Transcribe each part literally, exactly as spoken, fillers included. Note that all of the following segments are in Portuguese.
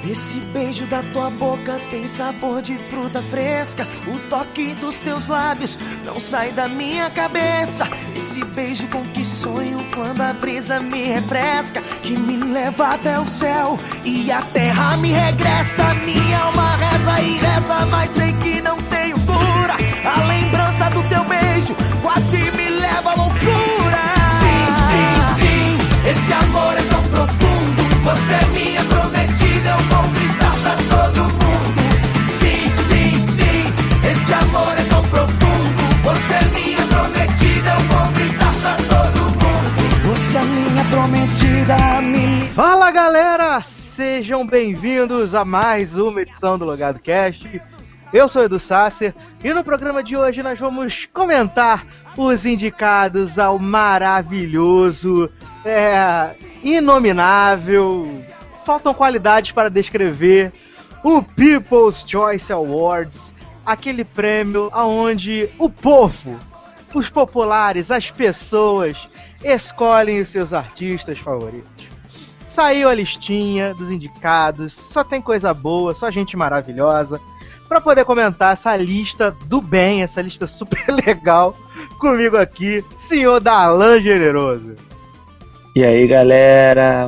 Esse beijo da tua boca tem sabor de fruta fresca. O toque dos teus lábios não sai da minha cabeça. Esse beijo com que sonho quando a brisa me refresca, que me leva até o céu e a terra me regressa. Minha alma reza e reza, mas sei que não tenho cura. A lembrança do teu beijo quase me leva à loucura. Sim, sim, sim, esse amor é tão profundo. Você é minha prometida, eu vou gritar pra todo mundo. Sim, sim, sim, esse amor é tão profundo. Você é minha prometida, eu vou gritar pra todo mundo. Você é minha prometida, me... Fala galera, sejam bem-vindos a mais uma edição do Logado Cast. Eu sou o Edu Sasser e no programa de hoje nós vamos comentar os indicados ao maravilhoso, é, inominável, faltam qualidades para descrever, o People's Choice Awards, aquele prêmio onde o povo, os populares, as pessoas escolhem os seus artistas favoritos. Saiu a listinha dos indicados, só tem coisa boa, só gente maravilhosa. Para poder comentar essa lista do bem, essa lista super legal, comigo aqui, senhor Darlan Generoso. E aí galera,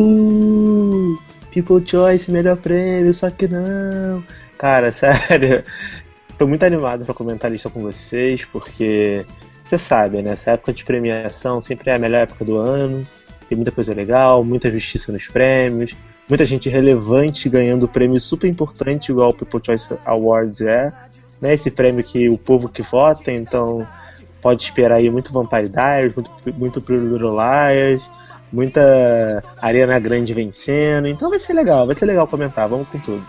uhul, People Choice, melhor prêmio, só que não. Cara, sério, tô muito animado pra comentar a lista com vocês, porque você sabe, né, essa época de premiação sempre é a melhor época do ano, tem muita coisa legal, muita justiça nos prêmios, muita gente relevante ganhando prêmio super importante, igual o People Choice Awards é, né, esse prêmio que o povo que vota, então pode esperar aí muito Vampire Diaries, muito, muito Pretty Little Liars, muita Ariana Grande vencendo, então vai ser legal, vai ser legal comentar, vamos com tudo.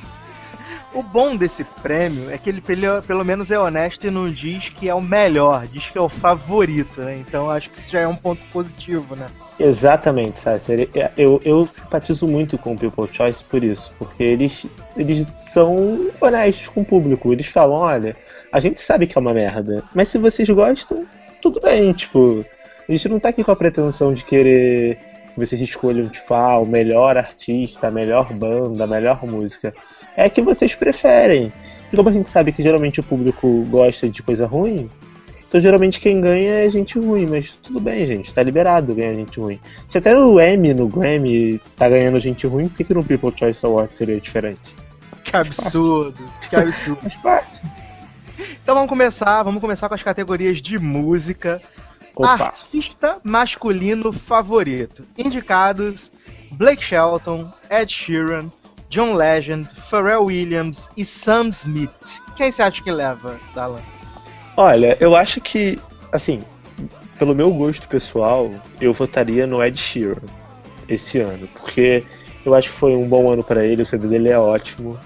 O bom desse prêmio é que ele pelo menos é honesto e não diz que é o melhor, diz que é o favorito, né? Então acho que isso já é um ponto positivo, né? Exatamente, Sasser. Eu, eu simpatizo muito com o People's Choice por isso, porque eles, eles são honestos com o público, eles falam, olha, a gente sabe que é uma merda, mas se vocês gostam, tudo bem, tipo, a gente não tá aqui com a pretensão de querer que vocês escolham, tipo, ah, o melhor artista, a melhor banda, a melhor música. É que vocês preferem. E como a gente sabe que geralmente o público gosta de coisa ruim, então geralmente quem ganha é gente ruim, mas tudo bem, gente, tá liberado ganhar gente ruim. Se até o Emmy no Grammy tá ganhando gente ruim, por que, que no People's Choice Award seria diferente? Que absurdo, que absurdo. Faz parte. Então vamos começar, vamos começar com as categorias de música. Opa. Artista masculino favorito. Indicados: Blake Shelton, Ed Sheeran, John Legend, Pharrell Williams e Sam Smith. Quem você acha que leva, Darlan? Olha, eu acho que, assim, pelo meu gosto pessoal, eu votaria no Ed Sheeran esse ano, porque eu acho que foi um bom ano pra ele, o C D dele é ótimo,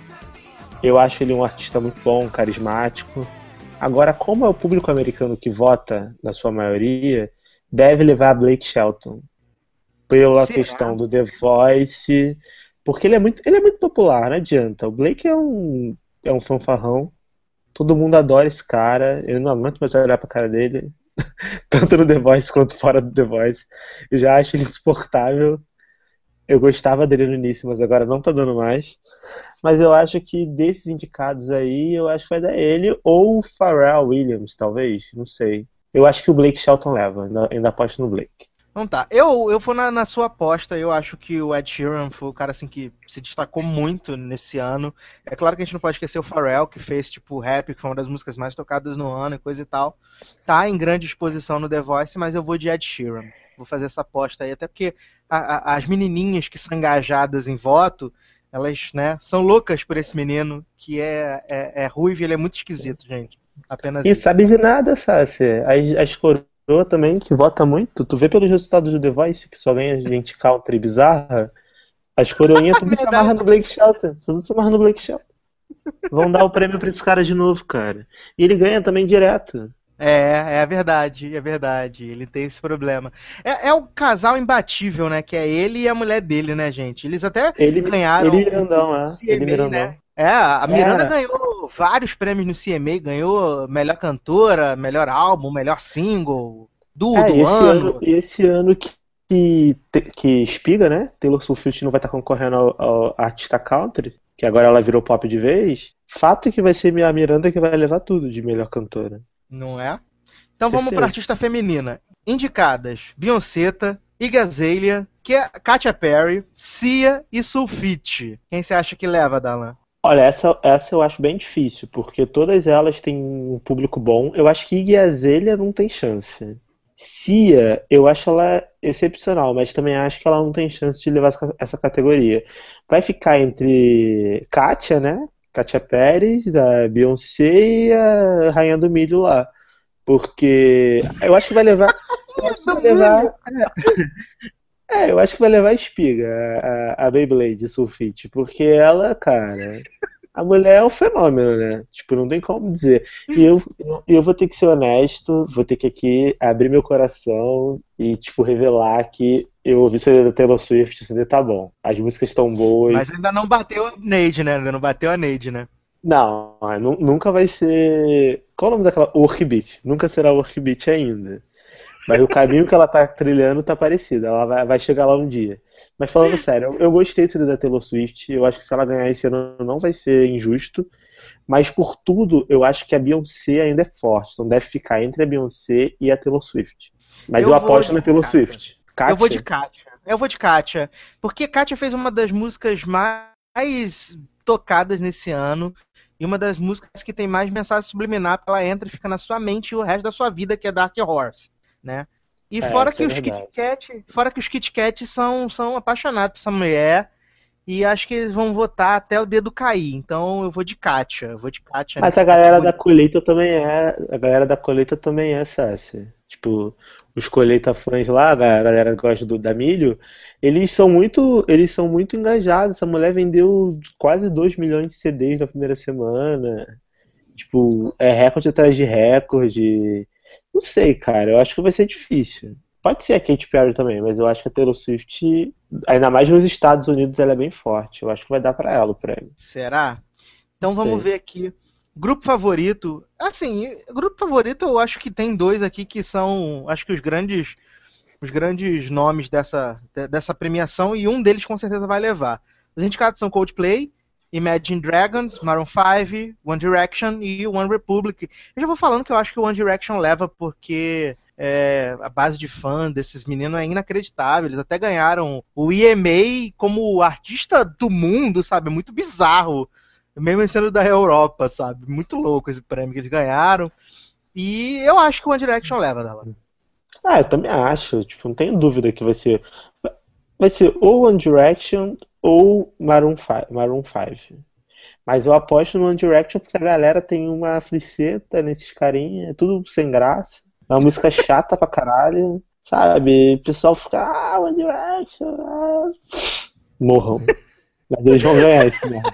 eu acho ele um artista muito bom, carismático. Agora, como é o público americano que vota, na sua maioria, deve levar Blake Shelton, pela Será? questão do The Voice, porque ele é muito, ele é muito popular, não adianta. O Blake é um, é um fanfarrão, todo mundo adora esse cara, eu não aguento mais olhar pra cara dele, tanto no The Voice quanto fora do The Voice. Eu já acho ele insuportável. Eu gostava dele no início, mas agora não tá dando mais. Mas eu acho que desses indicados aí, eu acho que vai dar ele ou o Pharrell Williams, talvez, não sei. Eu acho que o Blake Shelton leva, ainda, ainda aposto no Blake. Então tá, eu, eu vou na, na sua aposta, eu acho que o Ed Sheeran foi o cara assim que se destacou muito nesse ano. É claro que a gente não pode esquecer o Pharrell, que fez tipo Rap, que foi uma das músicas mais tocadas no ano e coisa e tal. Tá em grande exposição no The Voice, mas eu vou de Ed Sheeran. Vou fazer essa aposta aí, até porque a, a, as menininhas que são engajadas em voto, elas, né, são loucas por esse menino, que é, é, é ruivo e ele é muito esquisito, gente. Apenas e isso. Sabe de nada, Sassi. As, as coroas também, que vota muito. Tu vê pelos resultados do The Voice, que só ganha gente country bizarra. As coroinhas tudo se amarra no Blake Shelton. Tudo se amarra no Blake Shelton. Vão dar o prêmio pra esse cara de novo, cara. E ele ganha também direto. É, é verdade, é verdade. Ele tem esse problema. É, é o casal imbatível, né? Que é ele e a mulher dele, né, gente? Eles até ele, ganharam. Ele Mirandão, é. C M A, ele Mirandão. Né? É, a Miranda é. ganhou vários prêmios no C M A, ganhou melhor cantora, melhor álbum, melhor single, duo é, do esse ano. ano. E esse ano que, que, que espiga, né? Taylor Swift não vai estar concorrendo ao, ao artista country, que agora ela virou pop de vez. Fato é que vai ser a Miranda que vai levar tudo de melhor cantora. Não é? Então Certeza. Vamos para artista feminina. Indicadas: Beyoncé, Iggy Azalea, Katy Perry, Sia e Sulfite. Quem você acha que leva, Dalan? Olha, essa, essa eu acho bem difícil, porque todas elas têm um público bom. Eu acho que Iggy Azalea não tem chance. Sia, eu acho ela excepcional, mas também acho que ela não tem chance de levar essa, essa categoria. Vai ficar entre Katia, né? Katia Perry, a Beyoncé e a Rainha do Milho lá. Porque eu acho que vai levar. Eu acho que vai levar. É, eu acho que vai levar a espiga, a, a Beyblade Sulfite, porque ela, cara, a mulher é um fenômeno, né? Tipo, não tem como dizer. E eu, eu, eu vou ter que ser honesto, vou ter que aqui abrir meu coração e, tipo, revelar que eu ouvi o C D da Taylor Swift, o C D tá bom. As músicas estão boas. Mas ainda não bateu a Neide, né? Ainda não bateu a Neide, né? Não, nu- nunca vai ser. Qual o nome daquela? Workbeat. Nunca será Workbeat ainda. Mas o caminho que ela tá trilhando tá parecido. Ela vai, vai chegar lá um dia. Mas falando sério, eu, eu gostei do C D da Taylor Swift. Eu acho que se ela ganhar esse ano não vai ser injusto. Mas por tudo, eu acho que a Beyoncé ainda é forte. Então deve ficar entre a Beyoncé e a Taylor Swift. Mas eu, Eu eu vou aposto de na Taylor Katia. Swift. Katia? Eu vou de Katia. Eu vou de Katia. Porque Katia fez uma das músicas mais tocadas nesse ano. E uma das músicas que tem mais mensagem subliminar, porque ela entra e fica na sua mente o resto da sua vida, que é Dark Horse, né? E É, fora isso que é os verdade. Kit Kat, fora que os Kit Kat são, são apaixonados por essa mulher. E acho que eles vão votar até o dedo cair. Então eu vou de Katia. Eu vou de Katia Mas nessa a galera da categoria. colheita também é. A galera da colheita também é Sassi. Tipo, os colheita fãs lá, a galera que gosta do, da Milho, eles são muito. Eles são muito engajados. Essa mulher vendeu quase dois milhões de C Ds na primeira semana. Tipo, é recorde atrás de recorde. Não sei, cara. Eu acho que vai ser difícil. Pode ser a Katy Perry também, mas eu acho que a Taylor Swift, ainda mais nos Estados Unidos, ela é bem forte. Eu acho que vai dar pra ela o prêmio. Será? Então Não vamos sei. ver aqui. Grupo favorito. Assim, grupo favorito eu acho que tem dois aqui que são, acho que os grandes, os grandes nomes dessa, de- dessa premiação e um deles com certeza vai levar. Os indicados são Coldplay, Imagine Dragons, Maroon five, One Direction e One Republic. Eu já vou falando que eu acho que o One Direction leva porque é, a base de fã desses meninos é inacreditável. Eles até ganharam o E M A como artista do mundo, sabe? Muito bizarro. Mesmo sendo da Europa, sabe? Muito louco esse prêmio que eles ganharam. E eu acho que o One Direction leva dela. Ah, eu também acho. Tipo, não tenho dúvida que vai ser. Vai ser ou One Direction ou Maroon five. Maroon five. Mas eu aposto no One Direction porque a galera tem uma fliceta nesses carinha, é tudo sem graça. É uma música chata pra caralho, sabe? O pessoal fica, ah, One Direction, ah. Morram. Mas eles vão ganhar isso, morram.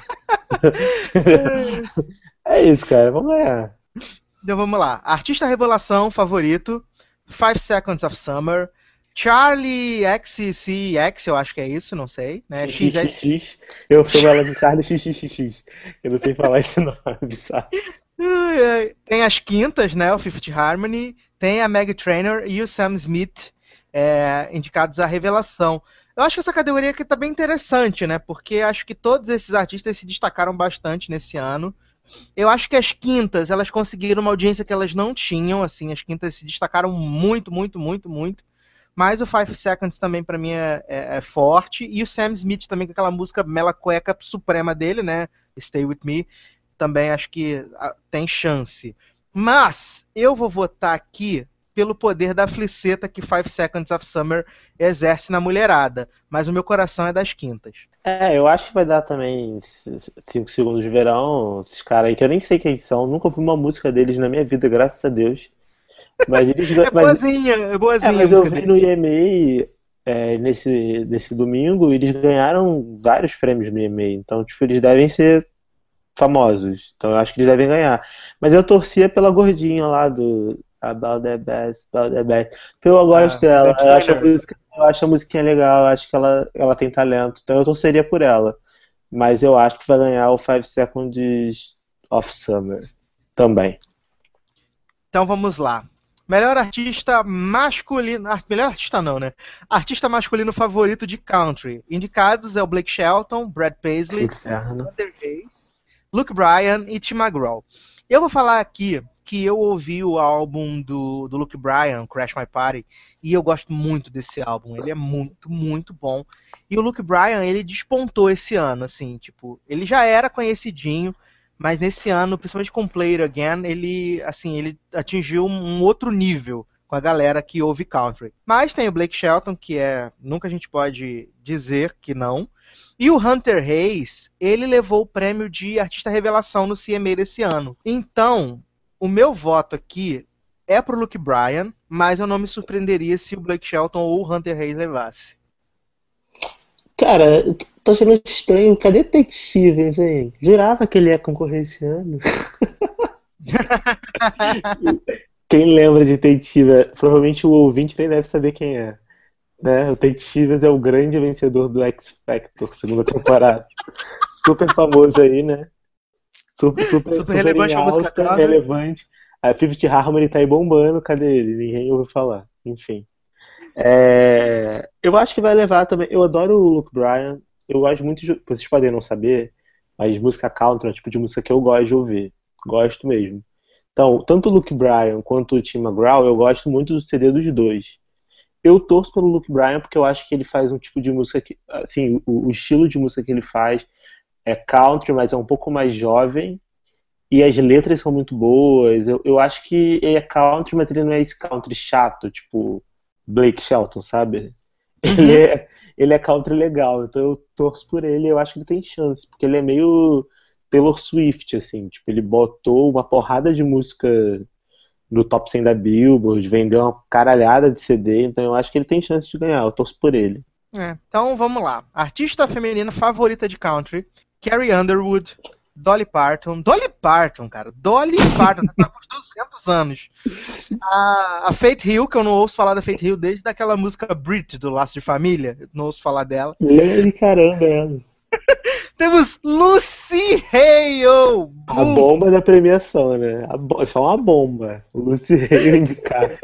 É isso, cara, vamos ganhar. Então vamos lá. Artista revelação favorito: Five Seconds of Summer. Charlie X C X, eu acho que é isso, não sei. Né? X X. X X. Eu chamo ela de Charlie X X X. Eu não sei falar esse nome, é bizarro. Ai, ai. Tem as quintas, né? O Fifth Harmony. Tem a Meg Trainor e o Sam Smith é, indicados à revelação. Eu acho que essa categoria aqui tá bem interessante, né? Porque acho que todos esses artistas se destacaram bastante nesse ano. Eu acho que as quintas, elas conseguiram uma audiência que elas não tinham, assim, as quintas se destacaram muito, muito, muito, muito. Mas o Five Seconds também pra mim é, é- é forte. E o Sam Smith também com aquela música mela cueca suprema dele, né? Stay With Me. Também acho que ah, tem chance. Mas eu vou votar aqui pelo poder da fliceta que Five Seconds of Summer exerce na mulherada. Mas o meu coração é das quintas. É, eu acho que vai dar também cinco segundos de verão, esses caras aí, que eu nem sei quem são, nunca ouvi uma música deles na minha vida, graças a Deus. Mas eles. É Mas, boazinha, é é, boazinha a mas eu música vi dele. no E M A é, nesse, nesse domingo, e eles ganharam vários prêmios no E M A, então, tipo, eles devem ser famosos, então eu acho que eles devem ganhar. Mas eu torcia pela gordinha lá do About the Best, About the Best. Porque eu gosto Ah, dela, Meg eu acho a Trainor. música, eu acho a musiquinha legal, eu acho que ela, ela tem talento, então eu torceria por ela. Mas eu acho que vai ganhar o Five Seconds of Summer também. Então vamos lá. Melhor artista masculino... ah, melhor artista não, né? Artista masculino favorito de country. Indicados é o Blake Shelton, Brad Paisley, Hunter Hayes, Luke Bryan e Tim McGraw. Eu vou falar aqui que eu ouvi o álbum do, do Luke Bryan, Crash My Party, e eu gosto muito desse álbum. Ele é muito, muito bom. E o Luke Bryan, ele despontou esse ano, assim, tipo, ele já era conhecidinho, mas nesse ano, principalmente com Play It Again, ele, assim, ele atingiu um outro nível com a galera que ouve country. Mas tem o Blake Shelton, que é, nunca a gente pode dizer que não. E o Hunter Hayes, ele levou o prêmio de artista revelação no C M A desse ano. Então, o meu voto aqui é pro Luke Bryan, mas eu não me surpreenderia se o Blake Shelton ou o Hunter Hayes levasse. Cara, eu tô achando estranho. Cadê Tate Stevens, hein? Jurava que ele ia concorrer esse ano. Quem lembra de Tate Stevens? Provavelmente o ouvinte nem deve saber quem é. Né? O Tate Stevens é o grande vencedor do X Factor, segunda temporada. Super famoso aí, né? Super, super, super, super relevante a música, cara. Relevante. A Fifth Harmony tá aí bombando, cadê ele? Ninguém ouviu falar. Enfim. É... Eu acho que vai levar também. Eu adoro o Luke Bryan. Eu gosto muito de. Vocês podem não saber, mas música country é o tipo de música que eu gosto de ouvir. Gosto mesmo. Então, tanto o Luke Bryan quanto o Tim McGraw, eu gosto muito do C D dos dois. Eu torço pelo Luke Bryan porque eu acho que ele faz um tipo de música que. Assim, o, o estilo de música que ele faz é country, mas é um pouco mais jovem. E as letras são muito boas. Eu, eu acho que ele é country, mas ele não é esse country chato, tipo Blake Shelton, sabe? Ele é, ele é country legal, então eu torço por ele e eu acho que ele tem chance, porque ele é meio Taylor Swift, assim. Tipo, ele botou uma porrada de música no top cem da Billboard, vendeu uma caralhada de C D, então eu acho que ele tem chance de ganhar, eu torço por ele. É, então vamos lá. Artista feminina favorita de country, Carrie Underwood, Dolly Parton. Dolly Parton, cara. Dolly Parton. Tá com uns duzentos anos. A, a Faith Hill, que eu não ouço falar da Faith Hill desde daquela música Brit, do Laço de Família. Eu não ouço falar dela. Lele, caramba, ela. Temos Lucy Hale. A bomba da premiação, né? A bo... Só uma bomba. Lucy Hale indicada.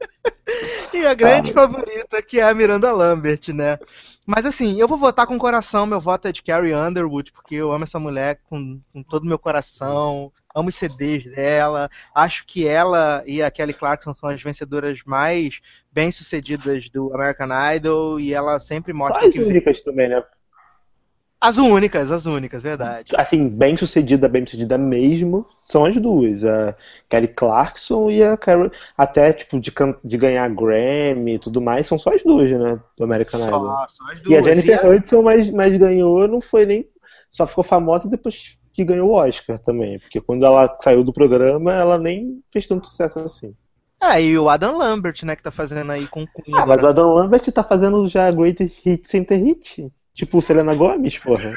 E a grande ah. favorita, que é a Miranda Lambert, né? Mas assim, eu vou votar com o coração, meu voto é de Carrie Underwood, porque eu amo essa mulher com, com todo o meu coração, amo os C Ds dela, acho que ela e a Kelly Clarkson são as vencedoras mais bem-sucedidas do American Idol, e ela sempre mostra Quais que... As únicas também, né? As únicas, as únicas, verdade. Assim, bem-sucedida, bem-sucedida mesmo, são as duas. A Kelly Clarkson e a Carol. Até, tipo, de, de ganhar Grammy e tudo mais, são só as duas, né? Do American só, Idol. Só as duas. E a Jennifer Hudson, mas, mas ganhou, não foi nem... Só ficou famosa depois que ganhou o Oscar também. Porque quando ela saiu do programa, ela nem fez tanto sucesso assim. É, e o Adam Lambert, né, que tá fazendo aí com o Queen. Ah, mas o Adam Lambert tá fazendo já Greatest Hits sem ter hit. Tipo Selena Gomez, porra.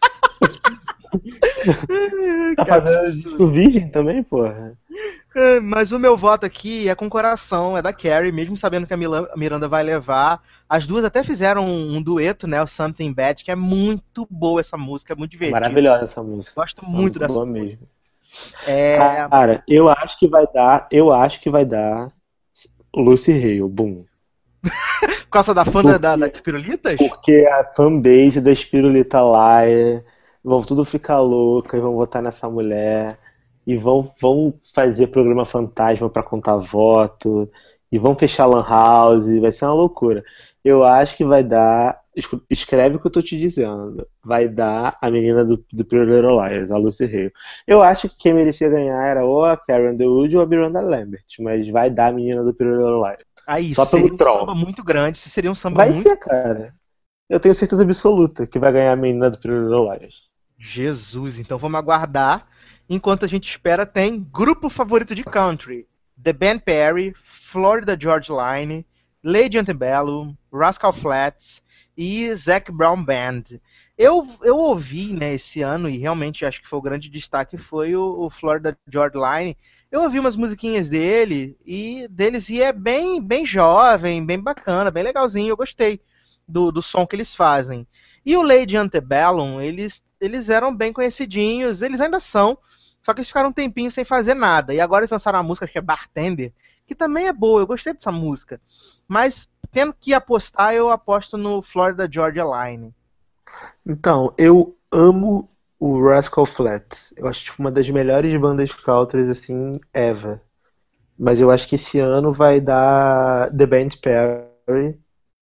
Tá fazendo o Virgem também, porra. É, mas o meu voto aqui é com coração, é da Carrie, mesmo sabendo que a Miranda vai levar. As duas até fizeram um, um dueto, né, o Something Bad, que é muito boa essa música, é muito divertida. Maravilhosa essa música. Gosto muito, muito dessa boa música. Mesmo. É... Cara, eu acho que vai dar, eu acho que vai dar Lucy Hale, boom. Por causa da fã porque, da, das pirulitas? Porque a fanbase das pirulitas lá é, vão tudo ficar louca e vão votar nessa mulher e vão, vão fazer programa fantasma pra contar voto e vão fechar lan house, vai ser uma loucura. Eu acho que vai dar, escreve o que eu tô te dizendo, vai dar a menina do, do Pretty Little Liars, a Lucy Hale. Eu acho que quem merecia ganhar era ou a Carrie Underwood ou a Miranda Lambert, mas vai dar a menina do Pretty Little Liars. Aí, só isso pelo seria um troll. samba muito grande, isso seria um samba vai muito... Vai ser, cara. Eu tenho certeza absoluta que vai ganhar a menina do Pretty Little Liars. Jesus, então vamos aguardar. Enquanto a gente espera, tem grupo favorito de country. The Ben Perry, Florida Georgia Line, Lady Antebellum, Rascal Flatts e Zac Brown Band. Eu, eu ouvi, né, esse ano, e realmente acho que foi o grande destaque, foi o, o Florida Georgia Line. Eu ouvi umas musiquinhas dele e deles e é bem, bem jovem, bem bacana, bem legalzinho. Eu gostei do, do som que eles fazem. E o Lady Antebellum, eles, eles eram bem conhecidinhos, eles ainda são, Só que eles ficaram um tempinho sem fazer nada. E agora eles lançaram uma música que é Bartender, que também é boa, eu gostei dessa música. Mas, tendo que apostar, eu aposto no Florida Georgia Line. Então, eu amo o Rascal Flatts. Eu acho tipo, uma das melhores bandas country, assim, ever. Mas eu acho que esse ano vai dar The Band Perry,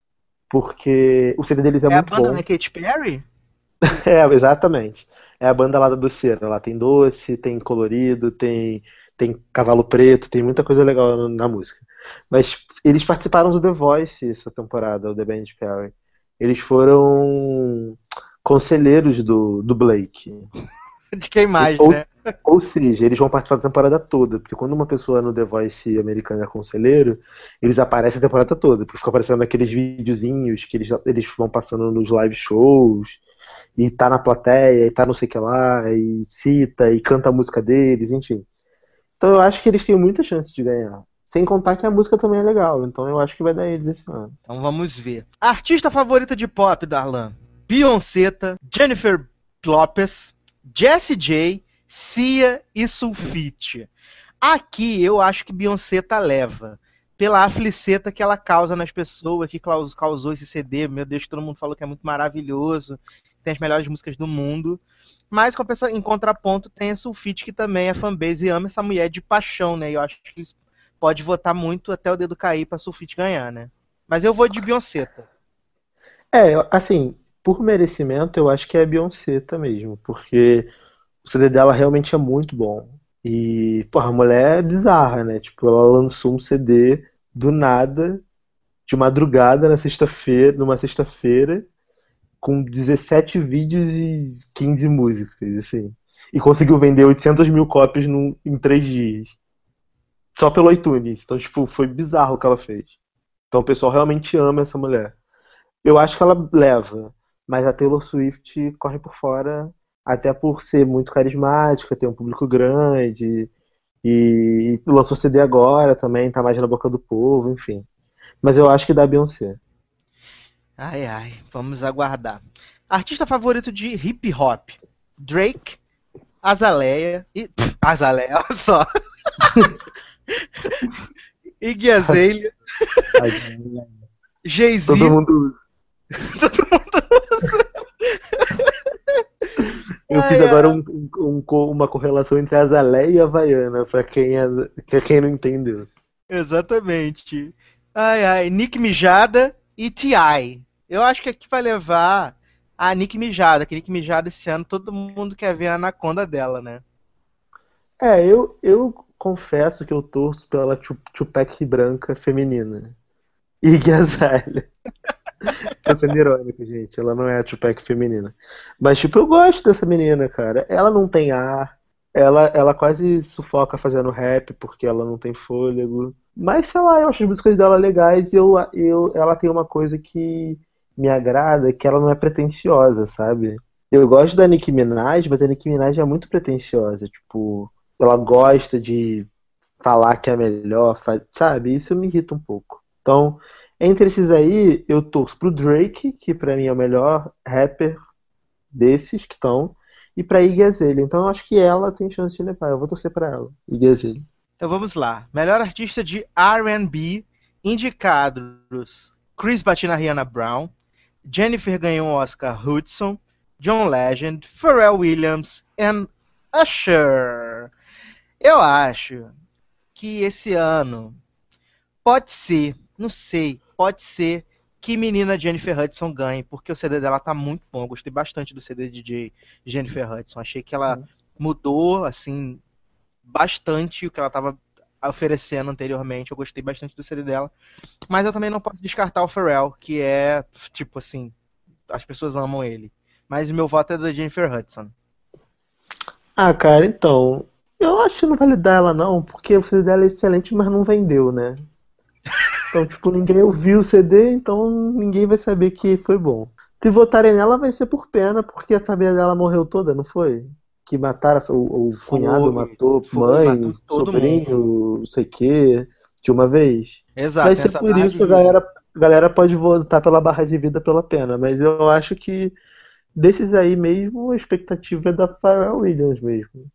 porque o C D deles é, É a muito banda bom. da Katy Perry? É, exatamente. É a banda lá da doceira. Lá tem doce, tem colorido, tem, tem cavalo preto, tem muita coisa legal na, na música. Mas eles participaram do The Voice essa temporada, o The Band Perry. Eles foram conselheiros do, do Blake. De quem mais, Ou, né? ou seja, eles vão participar da temporada toda. Porque quando uma pessoa no The Voice americano é conselheiro, eles aparecem a temporada toda. Porque ficam aparecendo naqueles videozinhos que eles, eles vão passando nos live shows. E tá na plateia, e tá não sei o que lá, e cita, e canta a música deles, enfim. Então eu acho que eles têm muita chance de ganhar. Sem contar que a música também é legal, então eu acho que vai dar eles esse ano. Então vamos ver. Artista favorita de pop, Darlan? Beyoncé, Jennifer Lopez, Jessie J, Cia e Sulfite. Aqui eu acho que Beyoncé leva. Pela afliceta que ela causa nas pessoas, que causou esse C D. Meu Deus, todo mundo falou que é muito maravilhoso. Tem as melhores músicas do mundo. Mas em contraponto tem a Sulfite, que também é fanbase e ama essa mulher de paixão, né? E eu acho que eles podem votar muito até o dedo cair pra Sulfite ganhar, né? Mas eu vou de Beyoncé. É, assim, por merecimento eu acho que é a Beyoncé mesmo. Porque o C D dela realmente é muito bom. E, porra, a mulher é bizarra, né? Tipo, ela lançou um C D do nada, de madrugada, na sexta-feira, numa sexta-feira, com dezessete vídeos e quinze músicas, assim. E conseguiu vender oitocentas mil cópias num, em três dias. Só pelo iTunes. Então, tipo, foi bizarro o que ela fez. Então o pessoal realmente ama essa mulher. Eu acho que ela leva, mas a Taylor Swift corre por fora, até por ser muito carismática, ter um público grande, e lançou C D agora também, tá mais na boca do povo, enfim. Mas eu acho que dá a Beyoncé. Ai, ai, vamos aguardar. Artista favorito de hip hop? Drake, Azaleia e... Pff, Azaleia, olha só. Iggy Azalea, Jay-Z. Todo mundo Todo mundo usa. Eu Ai, fiz ai. agora um- um- um- uma correlação entre a Azaleia e a Havaiana, pra quem, é, pra quem não entendeu. Exatamente. Ai, ai. Nick Mijada e T I. Eu acho que aqui vai levar a Nick Mijada, que Nick Mijada esse ano todo mundo quer ver a anaconda dela, né? É, eu, eu confesso que eu torço pela Chu- Tupac branca feminina. Iggy Azalea. Tô sendo irônico, gente. Ela não é a Tupac feminina. Mas, tipo, eu gosto dessa menina, cara. Ela não tem ar. Ela, ela quase sufoca fazendo rap porque ela não tem fôlego. Mas, sei lá, eu acho as músicas dela legais e eu, eu, ela tem uma coisa que me agrada, que ela não é pretensiosa, sabe? Eu gosto da Nicki Minaj, mas a Nicki Minaj é muito pretensiosa. Tipo, ela gosta de falar que é melhor, fa- sabe? Isso me irrita um pouco. Então, entre esses aí, eu torço pro Drake, que pra mim é o melhor rapper desses que estão, e pra Iggy Azalea. Então eu acho que ela tem chance de levar. Eu vou torcer pra ela, Iggy Azalea. Então vamos lá. Melhor artista de R and B, indicados: Chris bateu na Rihanna Brown, Jennifer ganhou um Oscar Hudson, John Legend, Pharrell Williams e Usher. Eu acho que esse ano pode ser, não sei, pode ser que menina Jennifer Hudson ganhe, porque o C D dela tá muito bom. Eu gostei bastante do C D de J- Jennifer Hudson. Achei que ela mudou, assim, bastante o que ela tava oferecendo anteriormente. Eu gostei bastante do C D dela. Mas eu também não posso descartar o Pharrell, que é, tipo assim, as pessoas amam ele. Mas o meu voto é da Jennifer Hudson. Ah, cara, então. Eu acho que não vale dar ela não, porque o C D dela é excelente, mas não vendeu, né? Então, tipo, ninguém ouviu o C D, então ninguém vai saber que foi bom. Se votarem nela, vai ser por pena, porque a família dela morreu toda, não foi? Que mataram, o, o cunhado Foi, matou foi, mãe, matou todo sobrinho, não sei o quê, de uma vez. Exato. Vai tem ser essa por barra isso de que a vida. galera, a galera pode votar pela barra de vida pela pena, mas eu acho que desses aí mesmo, a expectativa é da Pharrell Williams mesmo.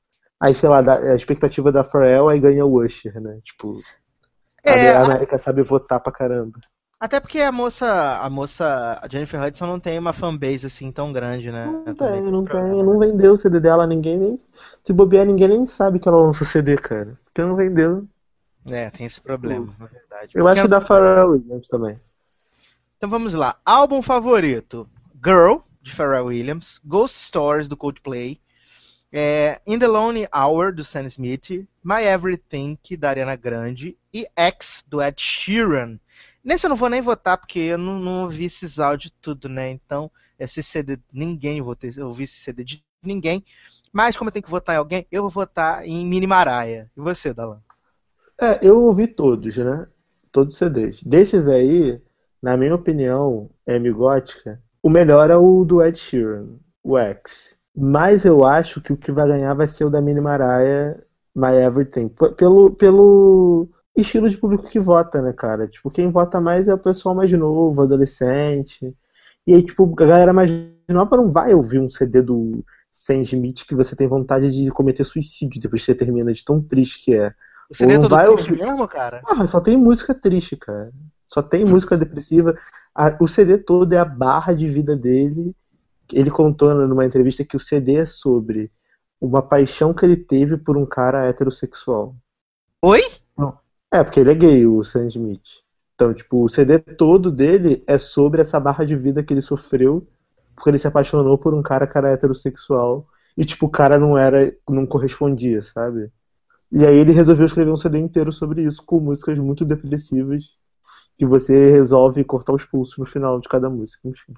Aí, sei lá, a expectativa da Pharrell, aí ganha o Usher, né? Tipo, É, a América sabe votar pra caramba. até porque a moça, a moça, a Jennifer Hudson não tem uma fanbase assim tão grande, né? Não Também tem, tem esse não tem. problema, Não né? vendeu o C D dela, ninguém nem. Se bobear, ninguém nem sabe que ela lançou C D, cara. Porque não vendeu. É, tem esse problema, na verdade. Eu acho que Pequeno da Pharrell Williams também. Então vamos lá. Álbum favorito: Girl, de Pharrell Williams, Ghost Stories, do Coldplay, é, In the Lonely Hour, do Sam Smith, My Everything, da Ariana Grande, e X, do Ed Sheeran. Nesse eu não vou nem votar, porque eu não, não ouvi esses áudios tudo, né? Então, esse C D, ninguém vou ter, eu ouvi esse C D de ninguém. Mas como eu tenho que votar em alguém, eu vou votar em Mini Maraia. E você, Dalan? É, eu ouvi todos, né? Todos os C Ds. Desses aí, na minha opinião, M Gótica, o melhor é o do Ed Sheeran, o X. Mas eu acho que o que vai ganhar vai ser o da Mini Maraia, My Everything. P- Pelo, pelo estilo de público que vota, né, cara? Tipo, quem vota mais é o pessoal mais novo, adolescente. E aí, tipo, a galera mais nova não vai ouvir um C D do Sam Smith que você tem vontade de cometer suicídio depois que você termina, de tão triste que é. O C D é Ou não todo vai triste ouvir. mesmo, cara? Ah, só tem música triste, cara. Só tem música depressiva. A- o C D todo é a barra de vida dele. Ele contou numa entrevista que o C D é sobre uma paixão que ele teve por um cara heterossexual. Oi? Não. É, porque ele é gay, o Sam Smith. Então, tipo, o C D todo dele é sobre essa barra de vida que ele sofreu porque ele se apaixonou por um cara que era heterossexual e, tipo, o cara não era, não correspondia, sabe? E aí ele resolveu escrever um C D inteiro sobre isso, com músicas muito depressivas, que você resolve cortar os pulsos no final de cada música, enfim.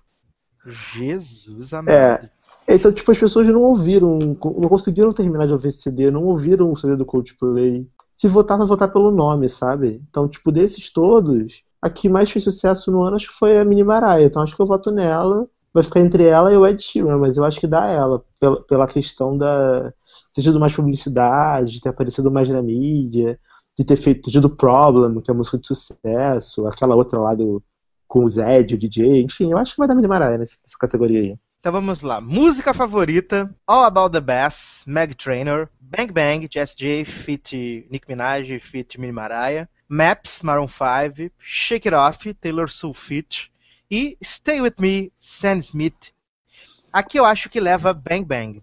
Jesus É. amado. Então, tipo, as pessoas não ouviram, não conseguiram terminar de ouvir esse C D, não ouviram o C D do Coldplay. Se votar, vai votar pelo nome, sabe? Então, tipo, desses todos, a que mais fez sucesso no ano acho que foi a Mini Maraia. Então, acho que eu voto nela. Vai ficar entre ela e o Ed Sheeran, mas eu acho que dá ela, pela, pela questão da ter tido mais publicidade, de ter aparecido mais na mídia, de ter feito ter tido Problem, que é a música de sucesso, aquela outra lá do, com o Zed, o D J, enfim, eu acho que vai dar Mini Maraia nessa, nessa categoria aí. Então vamos lá. Música favorita: All About the Bass, Meg Trainor, Bang Bang, Jessie J, feat. Nicki Minaj, feat. Mini Maraia, Maps, Maroon five, Shake It Off, Taylor Swift feat. E Stay With Me, Sam Smith. Aqui eu acho que leva Bang Bang.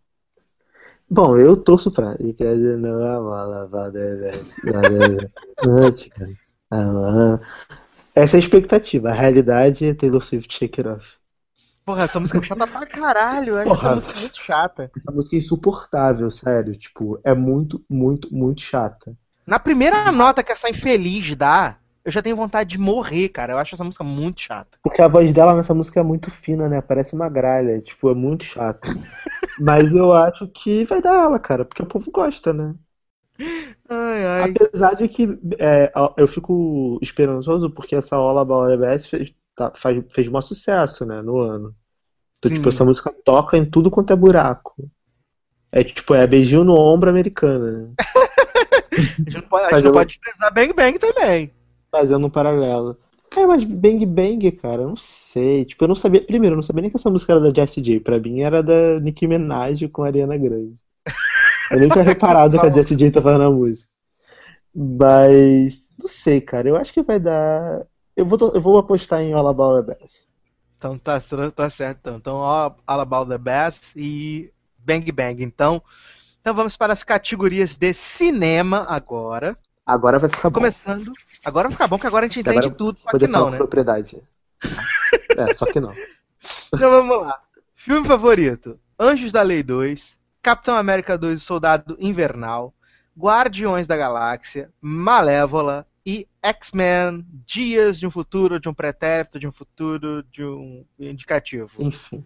Bom, eu torço pra. Essa é a expectativa. A realidade é Taylor Swift Shake It Off. Porra, essa música é chata pra caralho. Eu acho Porra. essa música muito chata. Essa música é insuportável, sério. Tipo, é muito, muito, muito chata. Na primeira nota que essa infeliz dá, eu já tenho vontade de morrer, cara. Eu acho essa música muito chata. Porque a voz dela nessa música é muito fina, né? Parece uma gralha. Tipo, é muito chato. Mas eu acho que vai dar ela, cara. Porque o povo gosta, né? Ai, ai. Apesar de que é, eu fico esperançoso porque essa All About the Bass fez, tá, faz, fez um maior sucesso, né? No ano. Então, Sim. tipo, essa música toca em tudo quanto é buraco. É tipo, é beijinho no ombro americana, né? A gente não pode, a gente Mas não eu- pode desprezar Bang Bang também. Fazendo um paralelo. É, mas Bang Bang, cara, eu não sei. Tipo, eu não sabia. Primeiro, eu não sabia nem que essa música era da Jessie J. Pra mim era da Nicki Minaj com a Ariana Grande. Eu nem tinha reparado que a Jessie J tava na música. Mas. Não sei, cara. Eu acho que vai dar. Eu vou, to- eu vou apostar em All About the Bass. Então tá, tá certo. Então, então All, All About the Bass e Bang Bang. Então, então vamos para as categorias de cinema agora. Agora vai ficar bom. Começando. Agora vai ficar bom, que agora a gente entende Agora tudo, só Poder que falar não, com né? propriedade. É, só que não. Então vamos lá. Filme favorito: Anjos da Lei dois, Capitão América dois, O Soldado Invernal, Guardiões da Galáxia, Malévola e X-Men, Dias de um Futuro, de um Pretérito, de um Futuro, de um Indicativo. Enfim.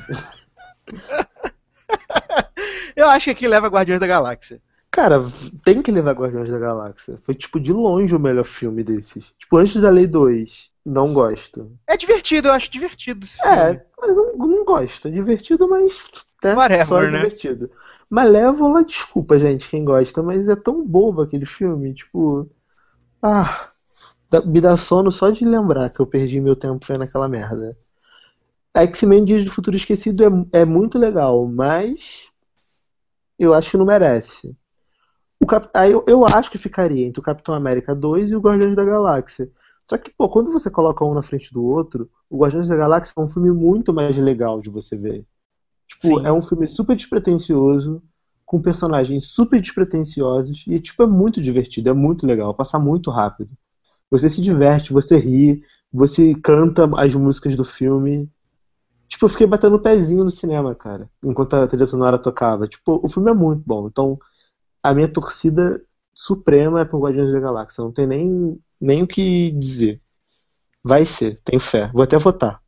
Eu acho que aqui leva Guardiões da Galáxia. Cara, tem que levar Guardiões da Galáxia. Foi, tipo, de longe o melhor filme desses. Tipo, Anjos da Lei dois, não gosto. É divertido, eu acho divertido esse filme. É, mas não, não gosto. É divertido, mas. Né, Whatever, só é né? divertido. Malévola, desculpa, gente, quem gosta, mas é tão bobo aquele filme. Tipo. Ah. dá- Me dá sono só de lembrar que eu perdi meu tempo vendo aquela merda. X-Men Dias do Futuro Esquecido é, é muito legal, mas. eu acho que não merece. O Cap... Aí eu, eu acho que ficaria entre o Capitão América dois e o Guardiões da Galáxia. Só que, pô, quando você coloca um na frente do outro, o Guardiões da Galáxia é um filme muito mais legal de você ver. Tipo, Sim. é um filme super despretensioso, com personagens super despretensiosos, e tipo, é muito divertido, é muito legal, passa muito rápido. Você se diverte, você ri, você canta as músicas do filme. Tipo, eu fiquei batendo o pezinho no cinema, cara, enquanto a trilha sonora tocava. Tipo, o filme é muito bom. Então, a minha torcida suprema é pro Guardiões da Galáxia. Não tem nem, nem o que dizer. Vai ser, tenho fé. Vou até votar.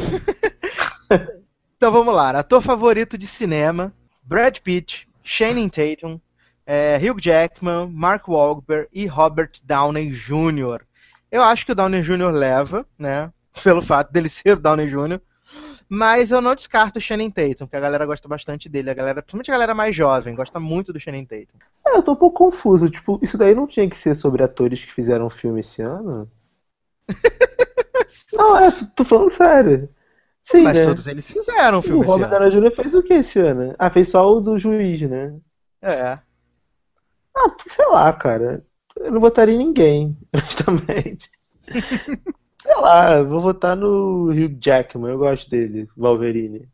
Então vamos lá. Ator favorito de cinema: Brad Pitt, Channing Tatum, é, Hugh Jackman, Mark Wahlberg e Robert Downey júnior Eu acho que o Downey júnior leva, né? Pelo fato dele ser o Downey júnior Mas eu não descarto o Channing Tatum, porque a galera gosta bastante dele. A galera, principalmente a galera mais jovem, gosta muito do Channing Tatum. É, eu tô um pouco confuso. Tipo, isso daí não tinha que ser sobre atores que fizeram filme esse ano? Não, é, tô, tô falando sério. Sim, Mas né? todos eles fizeram um filme O esse Robert ano. Downey júnior fez o que esse ano? Ah, fez só o do juiz, né? É. Ah, sei lá, cara. Eu não votaria em ninguém, honestamente. Sei lá, eu vou votar no Hugh Jackman, eu gosto dele, Wolverine.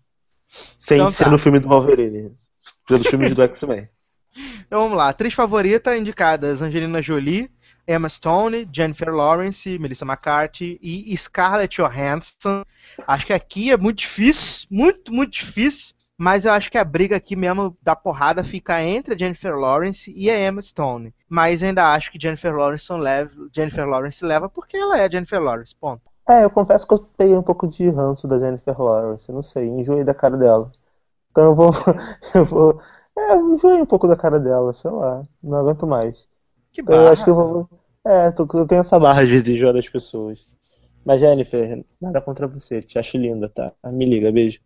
Sem Então ser tá. no filme do Wolverine. Pelos filmes do X-Men. Então vamos lá. Atriz favorita indicadas: Angelina Jolie, Emma Stone, Jennifer Lawrence, Melissa McCarthy e Scarlett Johansson. Acho que aqui é muito difícil, muito, muito difícil. Mas eu acho que a briga aqui mesmo da porrada fica entre a Jennifer Lawrence e a Emma Stone. Mas ainda acho que Jennifer Lawrence leva, Jennifer Lawrence leva porque ela é a Jennifer Lawrence, ponto. É, eu confesso que eu peguei um pouco de ranço da Jennifer Lawrence, não sei, enjoei da cara dela. Então eu vou. Eu vou. É, eu enjoei um pouco da cara dela, sei lá, não aguento mais. Que Então eu acho que eu barra. vou. É, tô- eu tenho essa barra às vezes de enjoar das pessoas. Mas Jennifer, nada contra você, te acho linda, tá? Ah, me liga, beijo.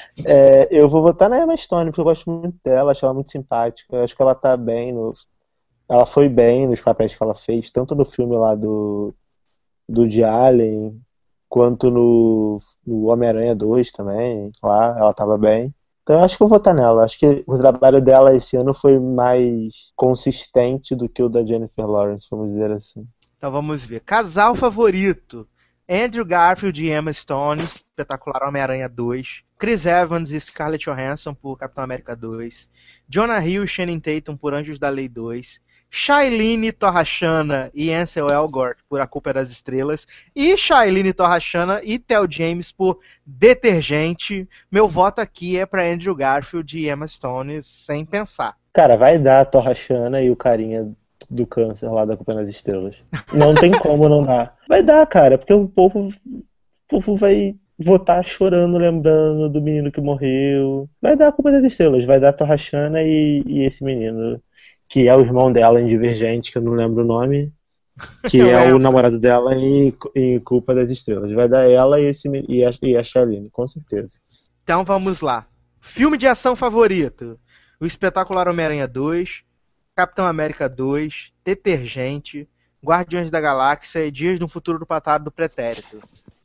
É, eu vou votar na Emma Stone, porque eu gosto muito dela, acho ela muito simpática, acho que ela tá bem no. Ela foi bem nos papéis que ela fez, tanto no filme lá do, do de Alien, quanto no, no Homem-Aranha dois também, lá, ela tava bem. Então eu acho que eu vou votar nela. Acho que o trabalho dela esse ano foi mais consistente do que o da Jennifer Lawrence, vamos dizer assim. Então vamos ver. Casal favorito: Andrew Garfield e Emma Stone, espetacular Homem-Aranha dois. Chris Evans e Scarlett Johansson por Capitão América dois. Jonah Hill e Channing Tatum por Anjos da Lei dois. Shailene Torrachana e Ansel Elgort por A Culpa é das Estrelas. E Shailene Torrachana e Theo James por Detergente. Meu voto aqui é para Andrew Garfield e Emma Stone, sem pensar. Cara, vai dar a Torrachana e o carinha do câncer lá da Culpa nas Estrelas. Não tem como não dar. Vai dar, cara, porque o povo, o povo vai votar chorando, lembrando do menino que morreu. Vai dar a Culpa das Estrelas, vai dar a Torrachana e, e esse menino, que é o irmão dela em Divergente, que eu não lembro o nome, que é o Lembro. namorado dela em, em Culpa das Estrelas. Vai dar ela e, esse, men- e a, e a Shailene, com certeza. Então vamos lá. Filme de ação favorito: O Espetacular Homem-Aranha dois, Capitão América dois, Detergente, Guardiões da Galáxia e Dias no Futuro do Passado do Pretérito.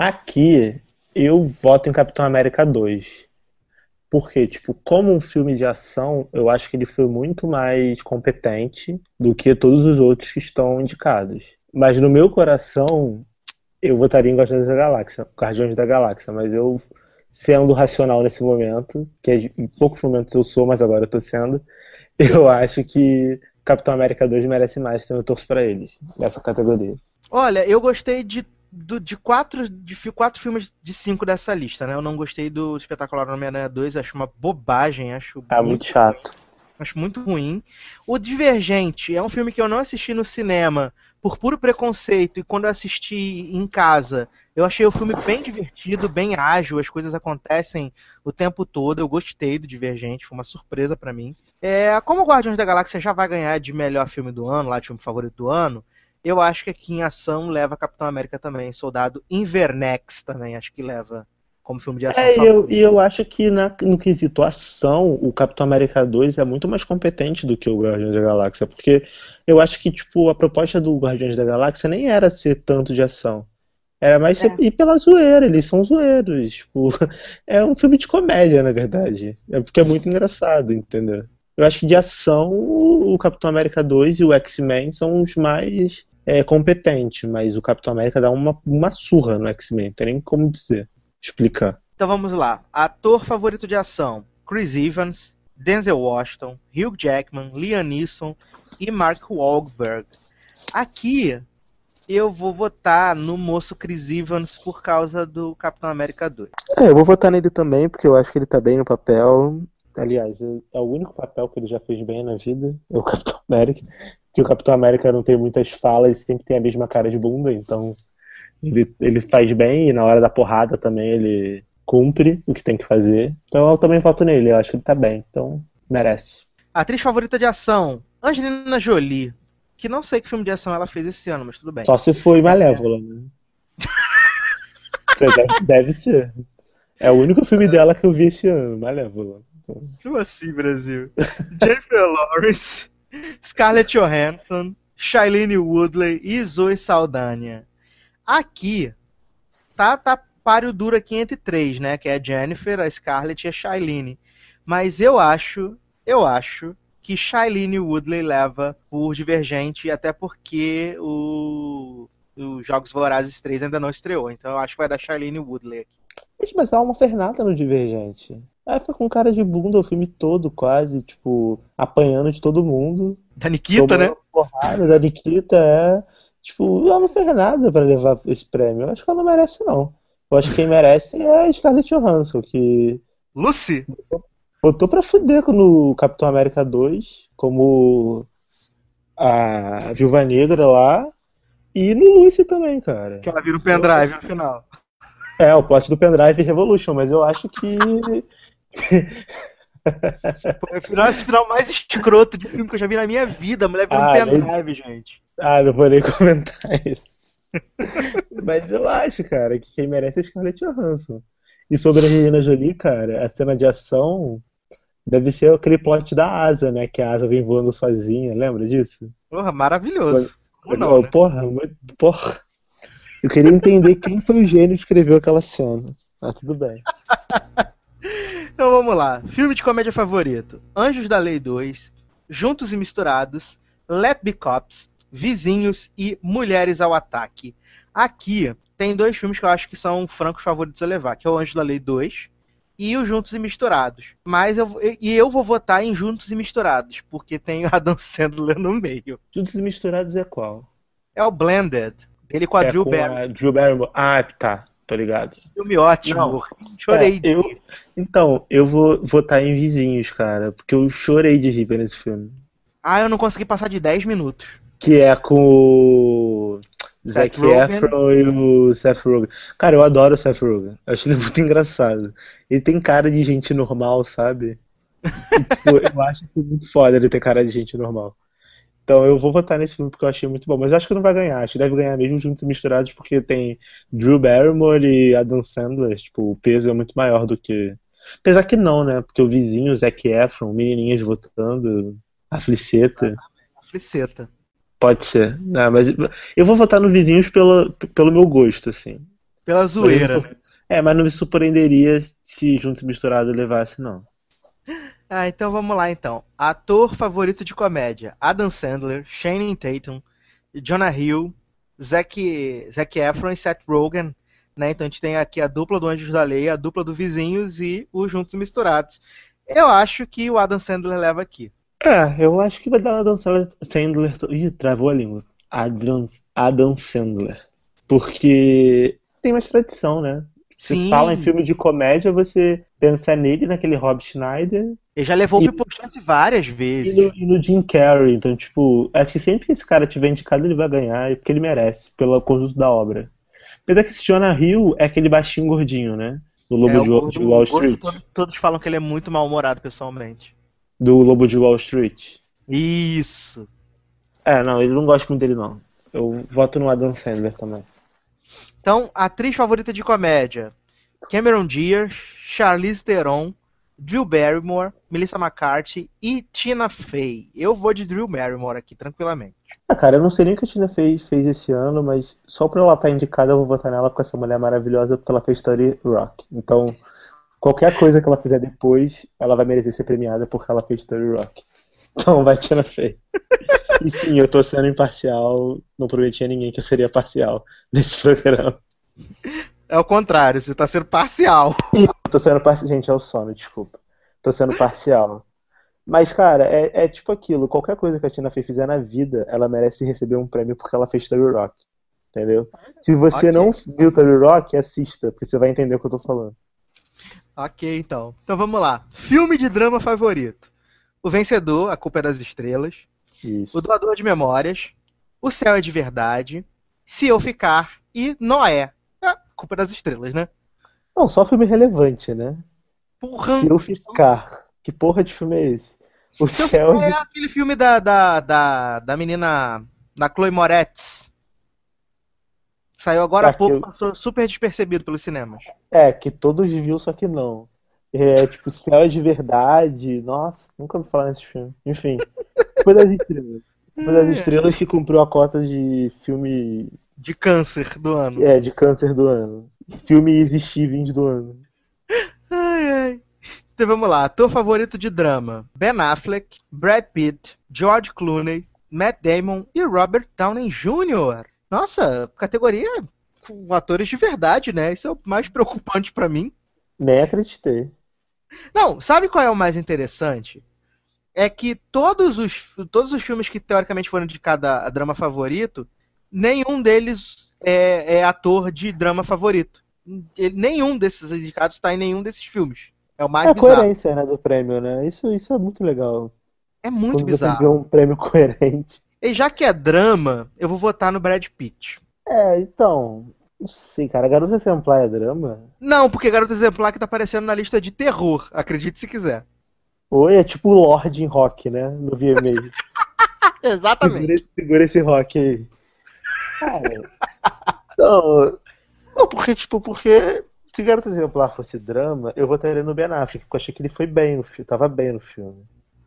Aqui, eu voto em Capitão América dois. Porque, tipo, como um filme de ação, eu acho que ele foi muito mais competente do que todos os outros que estão indicados. Mas no meu coração, eu votaria em Guardiões da Galáxia, Guardiões da Galáxia, mas eu, sendo racional nesse momento, que é de- em poucos momentos eu sou, mas agora eu tô sendo, eu acho que Capitão América dois merece mais, então eu torço pra eles, nessa categoria. Olha, eu gostei de, do- de, quatro, de fi- quatro filmes de cinco dessa lista, né? Eu não gostei do Espetacular Homem-Aranha dois, acho uma bobagem, acho Ah, muito chato. Acho muito ruim. O Divergente é um filme que eu não assisti no cinema por puro preconceito, e quando eu assisti em casa, eu achei o filme bem divertido, bem ágil, as coisas acontecem o tempo todo. Eu gostei do Divergente, foi uma surpresa pra mim. É, como o Guardiões da Galáxia já vai ganhar de melhor filme do ano, lá de filme favorito do ano, eu acho que aqui em ação leva Capitão América também. Soldado Invernex também, acho que leva como filme de ação É, e favorito. eu, e eu acho que na- no quesito ação, o Capitão América dois é muito mais competente do que o Guardiões da Galáxia, porque eu acho que, tipo, a proposta do Guardiões da Galáxia nem era ser tanto de ação. Era mais ser, É. ir pela zoeira, eles são zoeiros. Tipo, é um filme de comédia, na verdade. É porque é muito engraçado, entendeu? Eu acho que de ação, o Capitão América dois e o X-Men são os mais é, competentes, mas o Capitão América dá uma, uma surra no X-Men, não tem nem como dizer, explicar. Então vamos lá. Ator favorito de ação: Chris Evans, Denzel Washington, Hugh Jackman, Liam Neeson e Mark Wahlberg. Aqui eu vou votar no moço Chris Evans por causa do Capitão América dois. É, eu vou votar nele também, porque eu acho que ele tá bem no papel. Aliás, é o único papel que ele já fez bem na vida, é o Capitão América. Porque o Capitão América não tem muitas falas e sempre tem a mesma cara de bunda, então ele, ele faz bem e na hora da porrada também ele cumpre o que tem que fazer. Então eu também voto nele, eu acho que ele tá bem, então merece. Atriz favorita de ação: Angelina Jolie. Que não sei que filme de ação ela fez esse ano, mas tudo bem. Só se foi Malévola, né? deve, deve ser. É o único filme dela que eu vi esse ano, Malévola. Então... Como assim, Brasil? Jennifer Lawrence, Scarlett Johansson, Shailene Woodley e Zoe Saldana. Aqui tá, tá páreo duro aqui entre três, né? Que é a Jennifer, a Scarlett e a Shailene. Mas eu acho, eu acho que Shailene Woodley leva por Divergente, até porque o, o Jogos Vorazes três ainda não estreou. Então eu acho que vai dar Shailene Woodley aqui. Mas ela não fez nada no Divergente. Ela foi com cara de bunda o filme todo, quase, tipo, apanhando de todo mundo. Da Nikita, né? Porrada, da Nikita, é. Tipo, ela não fez nada pra levar esse prêmio. Eu acho que ela não merece, não. Eu acho que quem merece é a Scarlett Johansson, que... Lucy? Botou pra fuder no Capitão América dois, como a Viúva Negra lá, e no Lucy também, cara. Que ela vira um pendrive no final. É, o plot do pendrive de Revolution, mas eu acho que... Foi esse final mais escroto de filme que eu já vi na minha vida. A mulher vira ah, um pendrive, nem... gente. Ah, não vou nem comentar isso. Mas eu acho, cara, que quem merece é a Scarlett Johansson. E sobre a Angelina Jolie, cara, a cena de ação deve ser aquele plot da Asa, né? Que a Asa vem voando sozinha, lembra disso? Porra, maravilhoso. Ou não, né? Porra, porra. Eu queria entender quem foi o gênio que escreveu aquela cena. Ah, tudo bem. Então vamos lá. Filme de comédia favorito: Anjos da Lei dois, Juntos e Misturados, Let Be Cops, Vizinhos e Mulheres ao Ataque. Aqui tem dois filmes que eu acho que são francos favoritos a levar, que é o Anjos da Lei dois e o Juntos e Misturados. Mas eu, e eu vou votar em Juntos e Misturados, porque tem o Adam Sandler no meio. Juntos e Misturados é qual? É o Blended. Ele com a é Drew com Barrymore. A Drew Barrymore. Ah, tá. Tô ligado. Filme ótimo. Não, chorei. É, eu, então, eu vou votar em Vizinhos, cara, porque eu chorei de rir nesse filme. Ah, eu não consegui passar de dez minutos. Que é com o Zac Efron e o Seth Rogen. Cara, eu adoro o Seth Rogen. Eu acho ele muito engraçado. Ele tem cara de gente normal, sabe? E, tipo, eu acho que é muito foda ele ter cara de gente normal. Então eu vou votar nesse filme porque eu achei muito bom. Mas eu acho que não vai ganhar. Acho que deve ganhar mesmo Juntos e Misturados, porque tem Drew Barrymore e Adam Sandler. Tipo, o peso é muito maior do que... Apesar que não, né? Porque o vizinho, o Zac Efron, menininhas votando, a Fliceta. A Fliceta. Pode ser. Não, mas eu vou votar no Vizinhos pelo, pelo meu gosto, assim. Pela zoeira. Mas é, mas não me surpreenderia se Juntos e Misturados levasse, não. Ah, então vamos lá, então. Ator favorito de comédia: Adam Sandler, Channing Tatum, Jonah Hill, Zac, Zac Efron e Seth Rogen. Né? Então a gente tem aqui a dupla do Anjos da Lei, a dupla do Vizinhos e o Juntos e Misturados. Eu acho que o Adam Sandler leva aqui. É, eu acho que vai dar o Adam Sandler... Ih, travou a língua. Adam, Adam Sandler. Porque tem mais tradição, né? Você Sim. fala em filme de comédia, você pensa nele, naquele Rob Schneider. Ele já levou o People Chance várias vezes. E no, e no Jim Carrey. Então, tipo, acho que sempre que esse cara tiver indicado, ele vai ganhar, porque ele merece, pelo conjunto da obra. Apesar que esse Jonah Hill é aquele baixinho gordinho, né? Do Lobo é, de, gordo, de Wall Street. Gordo, todos falam que ele é muito mal-humorado pessoalmente. Do Lobo de Wall Street. Isso. É, não, ele não gosta muito dele, não. Eu voto no Adam Sandler também. Então, atriz favorita de comédia: Cameron Diaz, Charlize Theron, Drew Barrymore, Melissa McCarthy e Tina Fey. Eu vou de Drew Barrymore aqui, tranquilamente. Ah, cara, eu não sei nem o que a Tina Fey fez esse ano, mas só pra ela estar indicada eu vou votar nela com essa mulher maravilhosa, porque ela fez Story Rock. Então, Qualquer coisa que ela fizer depois, ela vai merecer ser premiada porque ela fez thirty Rock. Então vai Tina Fey. E sim, eu tô sendo imparcial, não prometi a ninguém que eu seria parcial nesse programa. É o contrário, você tá sendo parcial. Tô sendo parcial. Gente, é o sono, desculpa. Tô sendo parcial. Mas, cara, é, é tipo aquilo, qualquer coisa que a Tina Fey fizer na vida, ela merece receber um prêmio porque ela fez thirty Rock. Entendeu? Se você Ok. não viu thirty Rock, assista, porque você vai entender o que eu tô falando. Ok, então. Então vamos lá. Filme de drama favorito. O Vencedor, A Culpa é das Estrelas. Isso. O Doador de Memórias. O Céu é de Verdade. Se Eu Ficar. E Noé. A Culpa é das Estrelas, né? Não, só filme relevante, né? Porra! Se Eu Ficar. Que porra de filme é esse? O Se Eu céu Ficar é aquele filme da, da, da, da menina... Da Chloe Moretz. Saiu agora há pouco, Aquilo- passou super despercebido pelos cinemas. É, que todos viu, só que não. É tipo, Céu é de Verdade. Nossa, nunca ouvi falar nesse filme. Enfim, Foi das Estrelas. Foi das Estrelas que cumpriu a cota de filme De câncer do ano. é, de câncer do ano. Filme Existíveis do ano. Ai, ai. Então vamos lá. Ator favorito de drama: Ben Affleck, Brad Pitt, George Clooney, Matt Damon e Robert Downey júnior Nossa, categoria com atores de verdade, né? Isso é o mais preocupante pra mim. Nem acreditei. Não, sabe qual é o mais interessante? É que todos os, todos os filmes que teoricamente foram indicados a drama favorito, nenhum deles é, é ator de drama favorito. Ele- nenhum desses indicados está em nenhum desses filmes. É o mais É a bizarro. coerência, né, do prêmio, né? Isso, isso é muito legal. É muito Quando bizarro. você vê um prêmio coerente. E já que é drama, eu vou votar no Brad Pitt. É, então. Não sei, cara. Garota Exemplar é drama? Não, porque Garota Exemplar que tá aparecendo na lista de terror, acredite se quiser. Ou é tipo o Lorde em rock, né? No V M A. Exatamente. Segura, segura esse rock aí. Cara. Não, não, porque, tipo, porque se Garota Exemplar fosse drama, eu votaria no Ben Affleck, porque eu achei que ele foi bem no filme, tava bem no filme.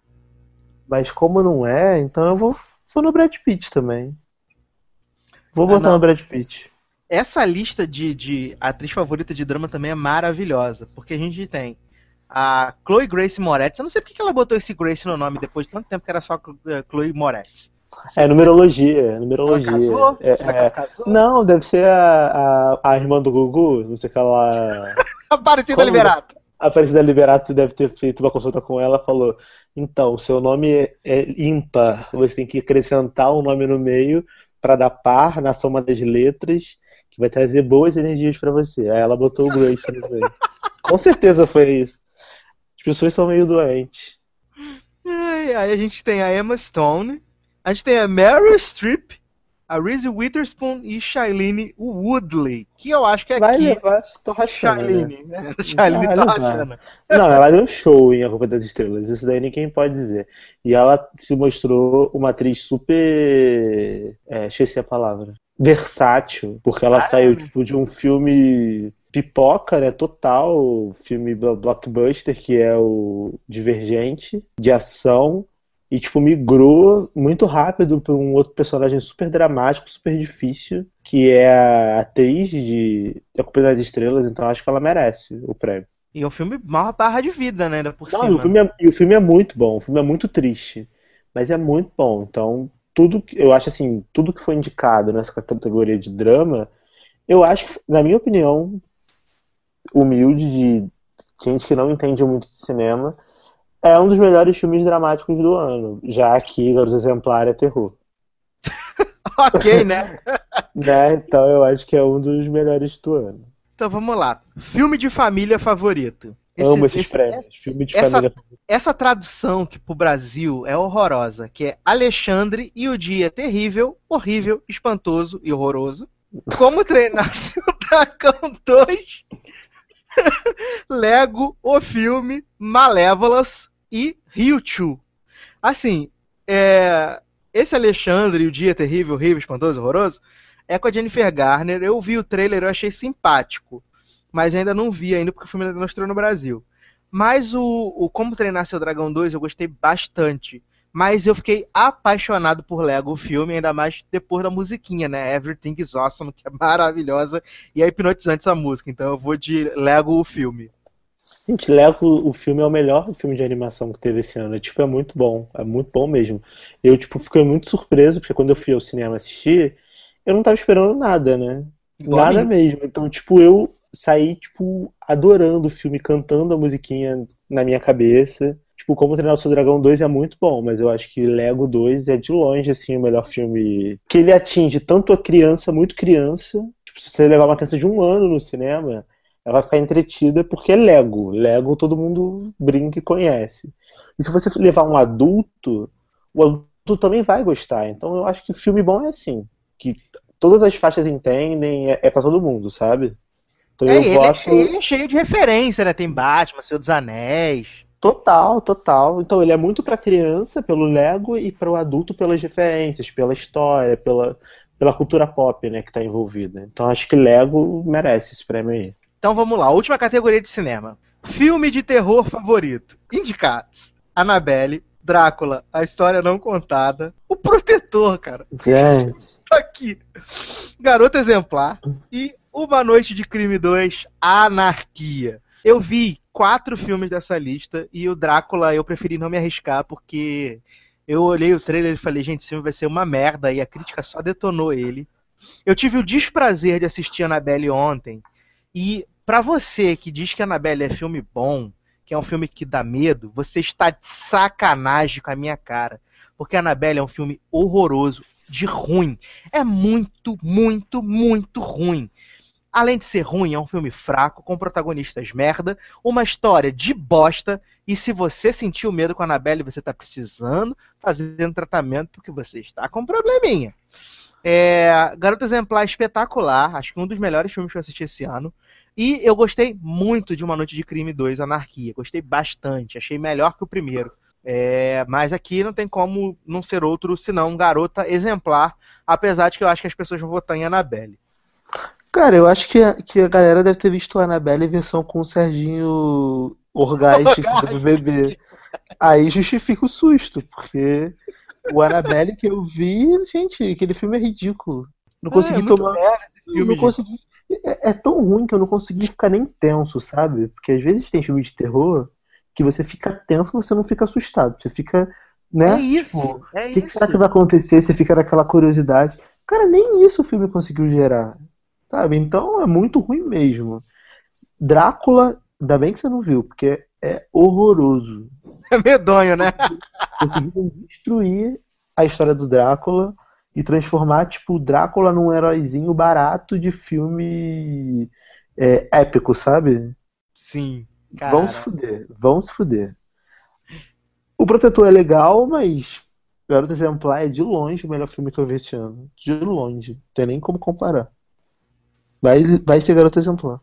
Mas como não é, então eu vou, vou no Brad Pitt também. Vou Ah, botar não. no Brad Pitt. Essa lista de, de atriz favorita de drama também é maravilhosa, porque a gente tem a Chloe Grace Moretz. Eu não sei porque que ela botou esse Grace no nome depois de tanto tempo que era só eh, Chloe Moretz. É numerologia, numerologia. Ela casou? É, Será que é. ela casou? Não, deve ser a, a, a irmã do Gugu, não sei o que ela. Aparecida Como- Liberato. A Aparecida Liberato deve ter feito uma consulta com ela, falou: então, seu nome é, é ímpar, você tem que acrescentar um nome no meio pra dar par na soma das letras, que vai trazer boas energias pra você. Aí ela botou o Grace no meio. Com certeza foi isso. As pessoas são meio doentes. Ai, aí a gente tem a Emma Stone, a gente tem a Meryl Streep, a Reese Witherspoon e Shailene Woodley, que eu acho que é Vai aqui. levar, tô rachando, né? Shailene, né? Shailene Vai tá levar. rachando. Não, ela deu um show em A Culpa é das Estrelas, isso daí ninguém pode dizer. E ela se mostrou uma atriz super. É, esqueci a palavra. Versátil, porque ela Caramba. saiu tipo, de um filme pipoca, né? Total, filme blo- blockbuster, que é o Divergente, de ação, e tipo, migrou muito rápido para um outro personagem super dramático, super difícil, que é a atriz de A Culpa é das Estrelas, então acho que ela merece o prêmio. E é um filme maior barra de vida, né? Ainda por Não, e cima. o filme é, e o filme é muito bom, o filme é muito triste, mas é muito bom. Então, tudo que, eu acho assim, tudo que foi indicado nessa categoria de drama, eu acho que, na minha opinião, humilde, de gente que não entende muito de cinema, é um dos melhores filmes dramáticos do ano, já que Garota Exemplar é terror. Ok, né? Né? Então eu acho que é um dos melhores do ano. Então vamos lá. Filme de família favorito. Amo esses esse- prêmios. Filme de essa- família. Essa tradução que pro Brasil é horrorosa, que é Alexandre e o Dia Terrível, Horrível, Espantoso e Horroroso. Como Treinar Seu Dragão dois. Lego, o filme, Malévolas e Ryuchu. Assim, é, esse Alexandre e o Dia Terrível, Horrível, Espantoso e Horroroso é com a Jennifer Garner. Eu vi o trailer, eu achei simpático, mas ainda não vi ainda porque o filme ainda não estreou no Brasil. Mas o, o Como Treinar Seu Dragão dois eu gostei bastante. Mas eu fiquei apaixonado por Lego, o filme, ainda mais depois da musiquinha, né? Everything is Awesome, que é maravilhosa e é hipnotizante essa música. Então eu vou de Lego, o filme. Gente, Lego, o filme é o melhor filme de animação que teve esse ano. É, tipo, é muito bom. É muito bom mesmo. Eu, tipo, fiquei muito surpreso, porque quando eu fui ao cinema assistir, eu não tava esperando nada, né? Igual a Nada mim. mesmo. Então, tipo, eu saí, tipo, adorando o filme, cantando a musiquinha na minha cabeça. Tipo, Como Treinar o Seu Dragão dois é muito bom, mas eu acho que Lego dois é de longe, assim, o melhor filme. Que ele atinge tanto a criança, muito criança. Tipo, se você levar uma criança de um ano no cinema, ela vai ficar entretida porque é Lego. Lego todo mundo brinca e conhece. E se você levar um adulto, o adulto também vai gostar. Então eu acho que filme bom é assim. Que todas as faixas entendem, é, é pra todo mundo, sabe? Então É, eu ele, é- voto ele é cheio de referência, né? Tem Batman, Senhor dos Anéis. total, total. Então ele é muito pra criança pelo Lego e para o adulto pelas referências, pela história, pela, pela cultura pop, né, que tá envolvida. Então acho que Lego merece esse prêmio aí. Então vamos lá, última categoria de cinema. Filme de terror favorito. Indicados: Annabelle, Drácula, A História Não Contada, O Protetor, cara, Gente, tá aqui. Garota Exemplar e Uma Noite de Crime dois, Anarquia. Eu vi quatro filmes dessa lista e o Drácula eu preferi não me arriscar porque eu olhei o trailer e falei, gente, esse filme vai ser uma merda e a crítica só detonou ele. Eu tive o desprazer de assistir Annabelle ontem e pra você que diz que Annabelle é filme bom, que é um filme que dá medo, você está de sacanagem com a minha cara. Porque Annabelle é um filme horroroso, de ruim. É muito, muito, muito ruim. Além de ser ruim, é um filme fraco, com protagonistas merda, uma história de bosta, e se você sentiu medo com a Annabelle, você tá precisando fazer um tratamento porque você está com um probleminha. É, Garota Exemplar espetacular, acho que um dos melhores filmes que eu assisti esse ano. E eu gostei muito de Uma Noite de Crime dois, Anarquia. Gostei bastante, achei melhor que o primeiro. É, mas aqui não tem como não ser outro senão Garota Exemplar, apesar de que eu acho que as pessoas vão votar em Annabelle. cara, eu acho que a, que a galera deve ter visto a Annabelle em versão com o Serginho Orgaz do B B B. Aí justifica o susto, porque o Annabelle que eu vi, gente, aquele filme é ridículo. Não consegui é muito tomar. merda esse Não, filme, não gente. consegui. É, é tão ruim que eu não consegui ficar nem tenso, sabe? Porque às vezes tem filme de terror que você fica tenso e você não fica assustado. Você fica, né? É isso, Tipo, é o que, que isso. será que vai acontecer? Você fica naquela curiosidade. Cara, nem isso o filme conseguiu gerar. Sabe? Então é muito ruim mesmo. Drácula, ainda bem que você não viu, porque é horroroso. É medonho, né? Conseguiram destruir a história do Drácula e transformar, tipo, o Drácula num heróizinho barato de filme é, épico, sabe? Sim, Vão se cara. fuder, vão se fuder. O Protetor é legal, mas Garota Exemplar é de longe o melhor filme que eu vi esse ano. De longe. Não tem nem como comparar. Vai, vai ser Garota Exemplar.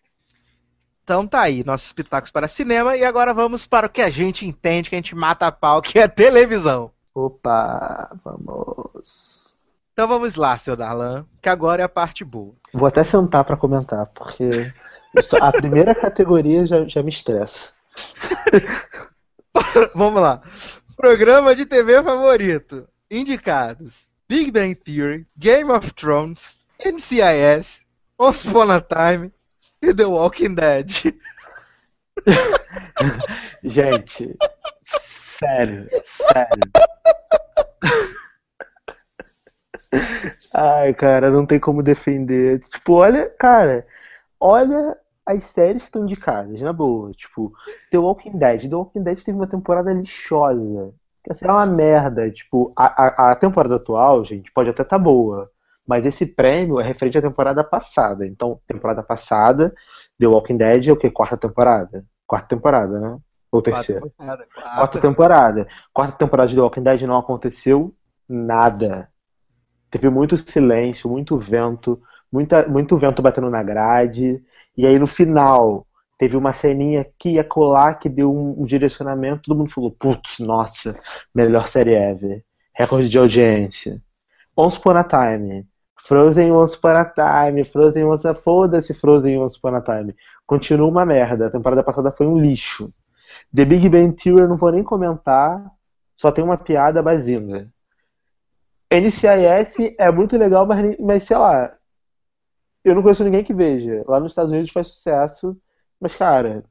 Então tá aí, nossos pitacos para cinema. E agora vamos para o que a gente entende, que a gente mata a pau, que é televisão. Opa, vamos. Então vamos lá, seu Darlan, que agora é a parte boa. Vou até sentar pra comentar, porque só- a primeira categoria já, já me estressa. Vamos lá. Programa de T V favorito. Indicados: Big Bang Theory, Game of Thrones, N C I S, Once Upon a Time e The Walking Dead. Gente, sério, sério. Ai, cara, não tem como defender. Tipo, olha, cara, olha as séries que estão indicadas, na boa. Tipo, The Walking Dead. The Walking Dead teve uma temporada lixosa. Que assim, é uma merda. Tipo, a, a, a temporada atual, gente, pode até estar boa. Mas esse prêmio é referente à temporada passada. Então, temporada passada, The Walking Dead é o quê? Quarta temporada? Quarta temporada, né? Ou terceira? Quarta temporada, Quarta quarta. temporada. Quarta temporada de The Walking Dead não aconteceu nada. Teve muito silêncio, muito vento, muita, muito vento batendo na grade. E aí no final teve uma ceninha aqui e acolá que deu um, um direcionamento. Todo mundo falou, putz, nossa, melhor série ever. Recorde de audiência. Once Upon a Time. Frozen Once Upon a Time. Frozen Once a... Foda-se Frozen Once Upon a Time. Continua uma merda. A temporada passada foi um lixo. The Big Bang Theory eu não vou nem comentar. Só tem uma piada bazinga. N C I S é muito legal, mas, mas sei lá, eu não conheço ninguém que veja. Lá nos Estados Unidos faz sucesso, mas cara,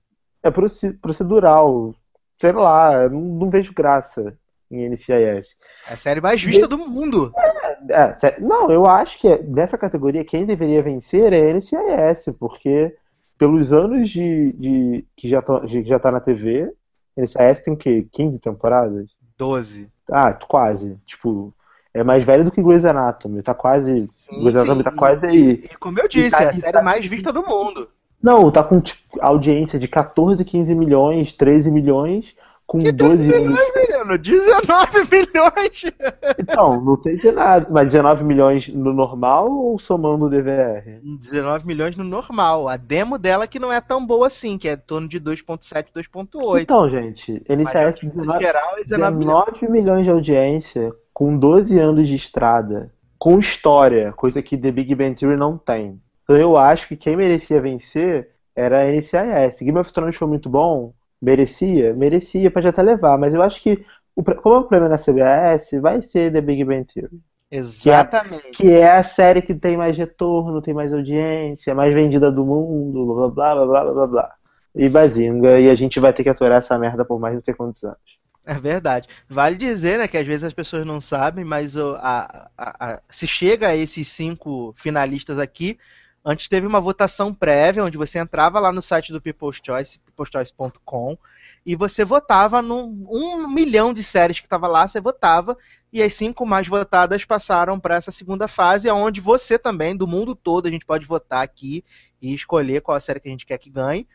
é procedural. Sei lá, não, não vejo graça em N C I S. É a série mais vista e... do mundo. É, é, não, eu acho que dessa categoria quem deveria vencer é N C I S, porque pelos anos de, de que já tá, de, já tá na T V, N C I S tem o quê? quinze temporadas? doze. Ah, quase. Tipo, é mais velho do que Grey's Anatomy. Tá quase. Sim, Grey's Anatomy sim. tá quase aí. E como eu disse, tá, é a série tá, mais vista do mundo. Não, tá com tipo, audiência de catorze, quinze milhões, treze milhões, com que doze milhões, menino? dezenove milhões! Então, não sei se é nada. Mas dezenove milhões no normal ou somando o D V R? dezenove milhões no normal. A demo dela que não é tão boa assim, que é em torno de dois ponto sete, dois ponto oito. Então, gente, N C I S dezenove, geral é dezenove, dezenove milhões de audiência, com doze anos de estrada, com história, coisa que The Big Bang Theory não tem. Então eu acho que quem merecia vencer era a N C I S. Game of Thrones foi muito bom, merecia, merecia pra já até levar, mas eu acho que, o, como é o problema na C B S, vai ser The Big Bang Theory. Exatamente. Que é, que é a série que tem mais retorno, tem mais audiência, é mais vendida do mundo, blá blá blá blá blá blá. E bazinga, e a gente vai ter que aturar essa merda por mais não sei quantos anos. É verdade. Vale dizer, né, que às vezes as pessoas não sabem, mas o, a, a, a, se chega a esses cinco finalistas aqui, antes teve uma votação prévia, onde você entrava lá no site do People's Choice, people's choice ponto com, e você votava num um milhão de séries que estava lá, você votava, e as cinco mais votadas passaram para essa segunda fase, onde você também, do mundo todo, a gente pode votar aqui e escolher qual a série que a gente quer que ganhe,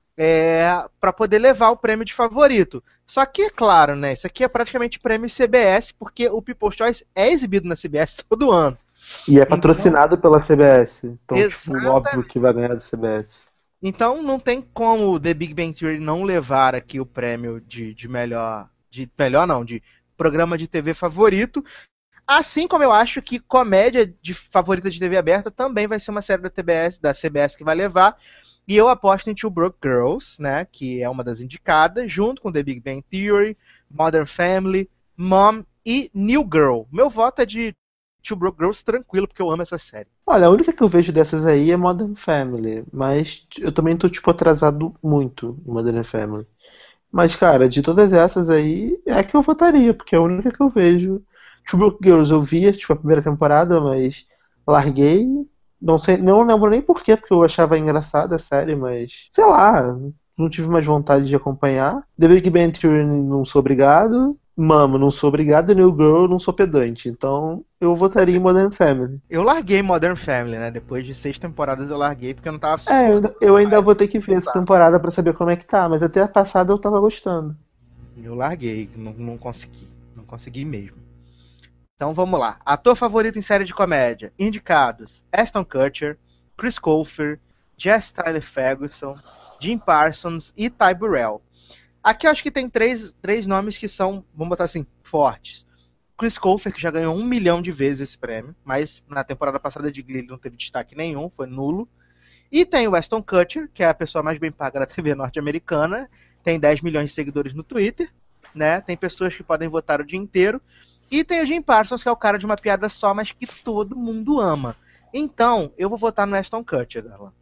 é, para poder levar o prêmio de favorito. Só que, é claro, né, isso aqui é praticamente prêmio C B S, porque o People's Choice é exibido na C B S todo ano. E é patrocinado então, pela C B S. Então, tipo, exatamente. óbvio que vai ganhar do C B S. Então, não tem como The Big Bang Theory não levar aqui o prêmio de, de melhor... De melhor não, de programa de T V favorito. Assim como eu acho que comédia de favorita de T V aberta também vai ser uma série da T B S, da C B S que vai levar. E eu aposto em Two Broke Girls, né, que é uma das indicadas, junto com The Big Bang Theory, Modern Family, Mom e New Girl. Meu voto é de Two Broke Girls tranquilo, porque eu amo essa série. Olha, a única que eu vejo dessas aí é Modern Family, mas eu também tô, tipo, atrasado muito em Modern Family. Mas, cara, de todas essas aí, é a que eu votaria, porque é a única que eu vejo. Two Broke Girls eu via, tipo, a primeira temporada, mas larguei. Não sei, não lembro nem porquê, porque eu achava engraçada a série, mas sei lá, não tive mais vontade de acompanhar. The Big Bang Theory não sou obrigado. Mamo, não sou obrigado. New Girl, não sou pedante. Então eu votaria em Modern Family. Eu larguei Modern Family, né? Depois de seis temporadas eu larguei porque eu não tava... É, eu ainda, eu ainda vou ter que ver essa temporada pra saber como é que tá, mas até a passada eu tava gostando. Eu larguei, não, não consegui. Não consegui mesmo. Então vamos lá. Ator favorito em série de comédia. Indicados: Ashton Kutcher, Chris Colfer, Jess Tyler Ferguson, Jim Parsons e Ty Burrell. Aqui eu acho que tem três, três nomes que são, vamos botar assim, fortes. Chris Colfer, que já ganhou um milhão de vezes esse prêmio, mas na temporada passada de Glee ele não teve destaque nenhum, foi nulo. E tem o Ashton Kutcher, que é a pessoa mais bem paga da T V norte-americana, tem dez milhões de seguidores no Twitter, né? Tem pessoas que podem votar o dia inteiro. E tem o Jim Parsons, que é o cara de uma piada só, mas que todo mundo ama. Então, eu vou votar no Ashton Kutcher dela.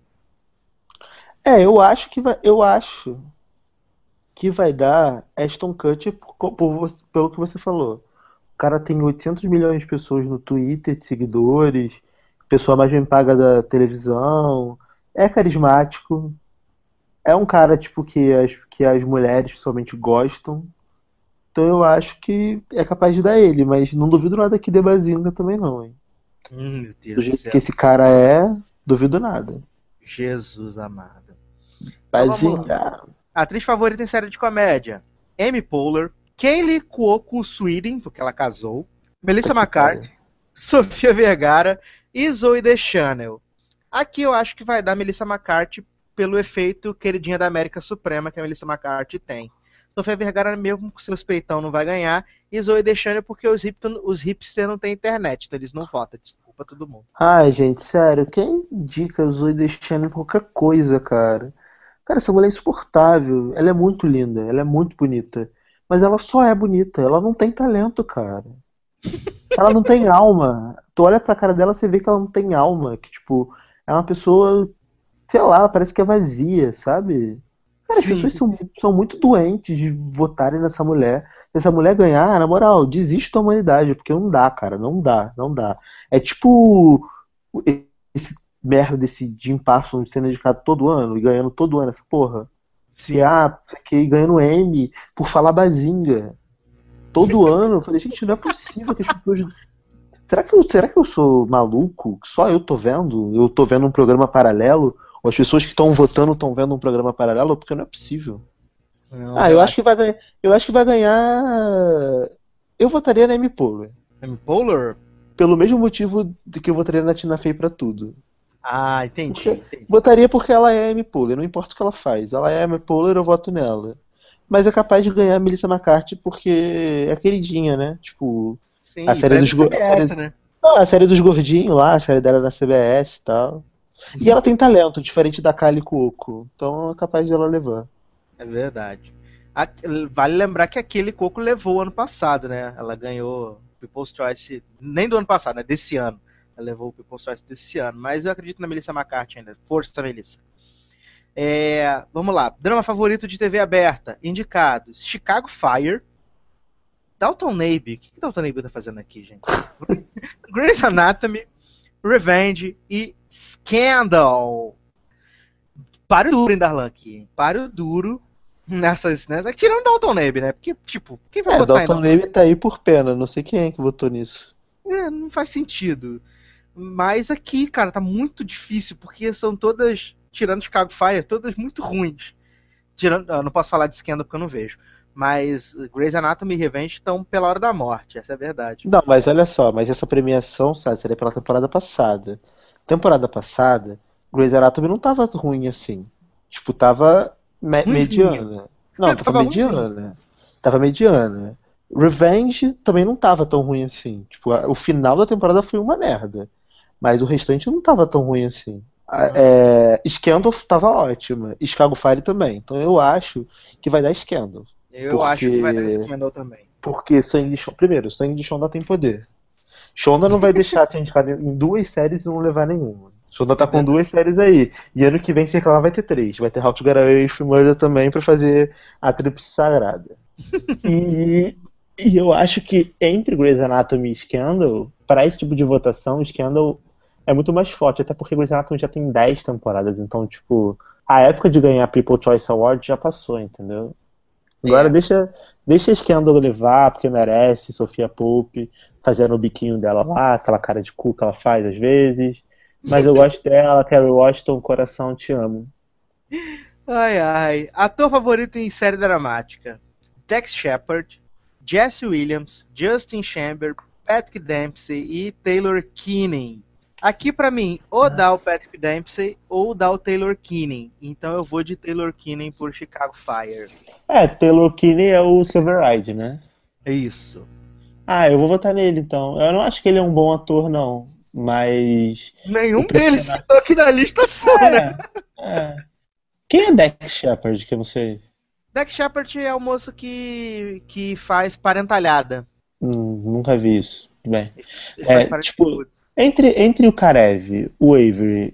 É, eu acho que vai, eu acho que vai dar Ashton Kutcher por, por, pelo que você falou. O cara tem oitocentos milhões de pessoas no Twitter, de seguidores, pessoa mais bem paga da televisão, é carismático, é um cara tipo que as, que as mulheres principalmente gostam. Então eu acho que é capaz de dar ele, mas não duvido nada que dê Bazinga também não, hein? Hum, meu Deus do jeito do céu. que esse cara é, duvido nada. Jesus amado. Bazinga. Então, atriz favorita em série de comédia: Amy Poehler, Kaylee Cuoco Sweden, porque ela casou, Melissa McCarthy, Sofia Vergara e Zooey Deschanel. Aqui eu acho que vai dar Melissa McCarthy pelo efeito queridinha da América Suprema que a Melissa McCarthy tem. Sofia Vergara, mesmo com seus peitão, não vai ganhar. E Zooey Deschanel, porque os, hip, os hipsters não têm internet, então eles não votam. Desculpa todo mundo. Ai, gente, sério, quem indica Zooey Deschanel qualquer coisa, cara? Cara, essa mulher é insuportável. Ela é muito linda, ela é muito bonita. Mas ela só é bonita, ela não tem talento, cara. Ela não tem alma. Tu olha pra cara dela, você vê que ela não tem alma. Que, tipo, é uma pessoa, sei lá, parece que é vazia, sabe? Cara, as Sim. pessoas são, são muito doentes de votarem nessa mulher. Se essa mulher ganhar, na moral, desiste da humanidade, porque não dá, cara, não dá, não dá. É tipo esse merda desse Jim Parsons sendo indicado todo ano e ganhando todo ano essa porra. Sim. Que, ah, isso aqui ganhando Emmy por falar bazinga. Todo ano. Eu falei, gente, não é possível que as pessoas. Será que, eu, será que eu sou maluco? Só eu tô vendo? Eu tô vendo um programa paralelo? Ou as pessoas que estão votando estão vendo um programa paralelo? Porque não é possível. Não, Ah, eu acho que vai ganhar. Eu acho que vai ganhar. Eu votaria na Amy Poehler. Amy Poehler? Pelo mesmo motivo de que eu votaria na Tina Fey pra tudo. Ah, entendi, Porque, entendi. votaria porque ela é Amy Poehler, não importa o que ela faz. Ela é Amy Poehler, eu voto nela. Mas é capaz de ganhar a Melissa McCarthy porque é queridinha, né? Tipo, Sim, a série dos go- C B S, a série- né? não, a série dos gordinhos lá, a série dela na C B S e tal. E ela tem talento, diferente da Kylie Cuoco. Então é capaz de ela levar. É verdade. A- Vale lembrar que aquele Coco levou ano passado, né? Ela ganhou People's Choice, nem do ano passado, né? Desse ano. Ela levou o People's Choice desse ano. Mas eu acredito na Melissa McCarthy ainda. Força, Melissa. É, vamos lá. Drama favorito de T V aberta. Indicados. Chicago Fire. Downton Abbey. O que, que Downton Abbey tá fazendo aqui, gente? Grey's Anatomy. Revenge e Scandal. Páreo duro em Darlan aqui, hein? Páreo duro nessas, nessas. Tirando Downton Abbey, né? Porque, tipo, quem vai É, botar Dalton em Abbey tá aí por pena, não sei quem é que votou nisso. É, não faz sentido. Mas aqui, cara, tá muito difícil, porque são todas, tirando Chicago Fire, todas muito ruins. Tirando, eu não posso falar de Scandal porque eu não vejo. Mas Grey's Anatomy e Revenge estão pela hora da morte, essa é a verdade. Não, mas olha só, mas essa premiação, sabe, seria pela temporada passada. Temporada passada, Grey's Anatomy não tava ruim assim. Tipo, tava me- Ruinzinho. mediana. Não, tava, Tava mediana. Tava mediana. Revenge também não tava tão ruim assim. Tipo, a- o final da temporada foi uma merda. Mas o restante não tava tão ruim assim. A- É, Scandal tava ótima. Chicago Fire também. Então eu acho que vai dar Scandal. Eu Porque- acho que vai dar Scandal também. Porque Sangue de Shonda. Primeiro, Sangue de Shonda tem poder. Shonda não vai deixar de ser indicada em duas séries e não levar nenhuma. Shonda tá com duas séries aí. E ano que vem, se reclamar, vai ter três. Vai ter How to Get Away with Murder também pra fazer a tríplice sagrada. E, e eu acho que entre Grey's Anatomy e Scandal, pra esse tipo de votação, Scandal é muito mais forte. Até porque Grey's Anatomy já tem dez temporadas. Então, tipo, a época de ganhar People's Choice Award já passou, entendeu? Agora É. deixa, deixa a Scandal levar, porque merece, Sofia Pope, fazendo o biquinho dela lá, aquela cara de cu que ela faz às vezes. Mas eu gosto dela, Kerry Washington, coração, te amo. Ai, ai. Ator favorito em série dramática: Tex Shepard, Jesse Williams, Justin Chamber, Patrick Dempsey e Taylor Kinney. Aqui pra mim, ou dá o Patrick Dempsey ou dá o Taylor Kinney. Então eu vou de Taylor Kinney por Chicago Fire. É, Taylor Kinney é o Silveride, né? É isso. Ah, eu vou votar nele então. Eu não acho que ele é um bom ator, não. Mas. Nenhum O deles que personagem- estão aqui na lista são, né? É, é. Quem é Dex Shepard, que eu não sei? Tex Shepard é o moço que, que faz parentalhada. Hum, nunca vi isso. Tudo bem. Ele faz É, parent- tipo, entre, entre o Karev, o Avery,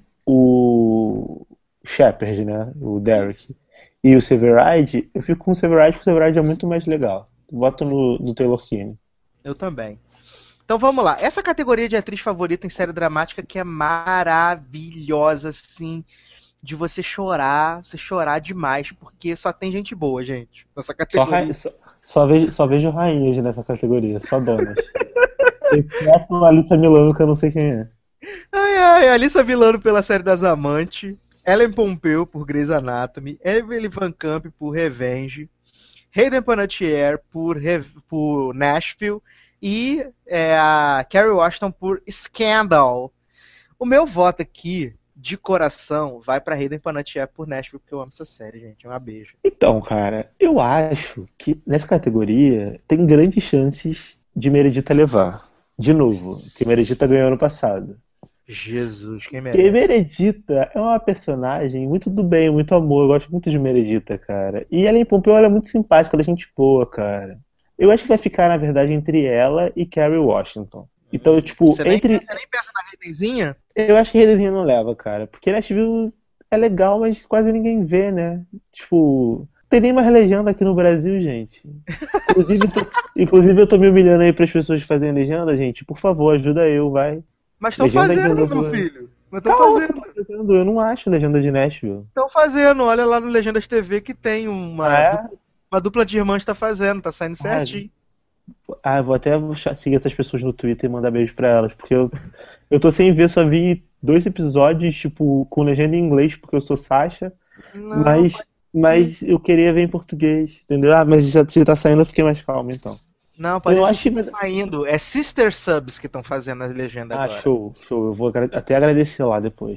o Shepard, né? O Derek, e o Severide, eu fico com o Severide porque o Severide é muito mais legal. Voto no, no Taylor Kinney. Eu também. Então vamos lá. Essa categoria de atriz favorita em série dramática que é maravilhosa, assim, de você chorar, você chorar demais, porque só tem gente boa, gente, nessa Só, categoria. ra- só, só, vejo, só vejo rainhas nessa categoria, só donas. Exceto a Alissa Milano, que eu não sei quem é. Ai, ai, Alissa Milano pela série das Amantes, Ellen Pompeo por Grey's Anatomy, Evelyn Van Camp por Revenge, Hayden Panettiere por, Re- por Nashville e é, a Kerry Washington por Scandal. O meu voto aqui, de coração, vai pra Hayden Panettiere por Nashville, porque eu amo essa série, gente. Um beijo. Então, cara, eu acho que nessa categoria tem grandes chances de Meredita levar. De novo, que Meredita ganhou ano passado. Jesus, quem Porque merece? Meredita é uma personagem muito do bem, muito amor. Eu gosto muito de Meredita, cara. E Ellen Pompeo, ela é muito simpática, ela é gente boa, cara. Eu acho que vai ficar, na verdade, entre ela e Kerry Washington. Então, tipo, Você nem, entre. pensa, nem pensa na Haydenzinha? Eu acho que Redezinha não leva, cara. Porque Nashville é legal, mas quase ninguém vê, né? Tipo, tem nem mais legenda aqui no Brasil, gente. Inclusive, tô, inclusive eu tô me humilhando aí pras pessoas que fazem legenda, gente. Por favor, ajuda eu, vai. Mas estão fazendo, meu filho. Mas estão fazendo. fazendo. Eu não acho legenda de Nashville. Estão fazendo. Olha lá no Legendas T V que tem uma, Ah, é? dupla, uma dupla de irmãs que tá fazendo. Tá saindo certinho. Ah, eu vou até seguir outras pessoas no Twitter e mandar beijo pra elas. Porque eu, eu tô sem ver, só vi dois episódios, tipo, com legenda em inglês, porque eu sou Sasha. Não, Mas, mas eu queria ver em português, entendeu? Ah, mas já, já tá saindo, eu fiquei mais calmo, então. Não, pode Eu assistir, acho tá saindo. É Sister Subs que estão fazendo a legenda Ah, agora. show, show. Eu vou agra- até agradecer lá depois.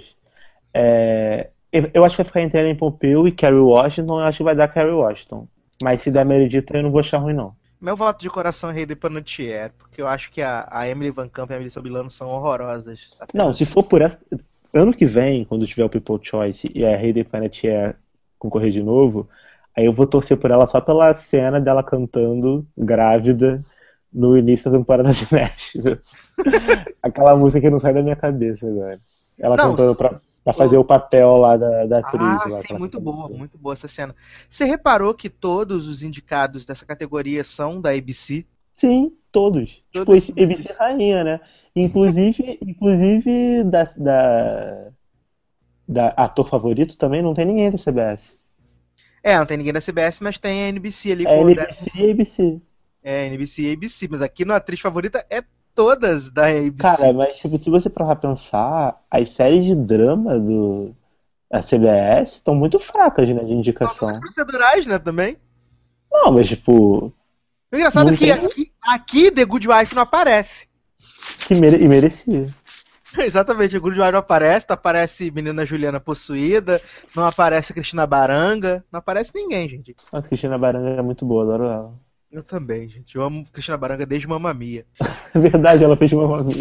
É, eu, eu acho que vai ficar entre Ellen Pompeu e Kerry Washington. Eu acho que vai dar Kerry Washington. Mas se der Meredith, eu não vou achar ruim, não. Meu voto de coração é Hayden Panettiere, porque eu acho que a, a Emily Van Camp e a Melissa Milano são horrorosas. Não, se for por essa. Ano que vem, quando tiver o People Choice e a Hayden Panettiere concorrer de novo, aí eu vou torcer por ela só pela cena dela cantando grávida no início da temporada de Nashville. Aquela música que não sai da minha cabeça agora. Ela Não, cantando pra, pra fazer o papel lá da, da atriz. Ah, lá, sim, que ela muito canta. boa, muito boa essa cena. Você reparou que todos os indicados dessa categoria são da A B C? Sim, todos. Tipo, Todos esse são A B C rainha, né? Inclusive, inclusive da, da, da ator favorito também não tem ninguém da C B S. É, não tem ninguém da C B S, mas tem a N B C ali É com o N B C e A B C. É, N B C e A B C, mas aqui no atriz favorita é todas da A B C. Cara, mas tipo, se você parar pra pensar, as séries de drama do da C B S estão muito fracas, né, de indicação. São procedurais, né, também. Não, mas tipo, O engraçado Não é que tem- aqui, aqui The Good Wife não aparece. que mere- e merecia. Exatamente, The Good Wife não aparece, não aparece Menina Juliana Possuída, não aparece Cristina Baranga, não aparece ninguém, gente. Nossa, Cristina Baranga é muito boa, adoro ela. Eu também, gente. Eu amo Cristina Baranga desde Mamma Mia. É verdade, ela fez uma mamia.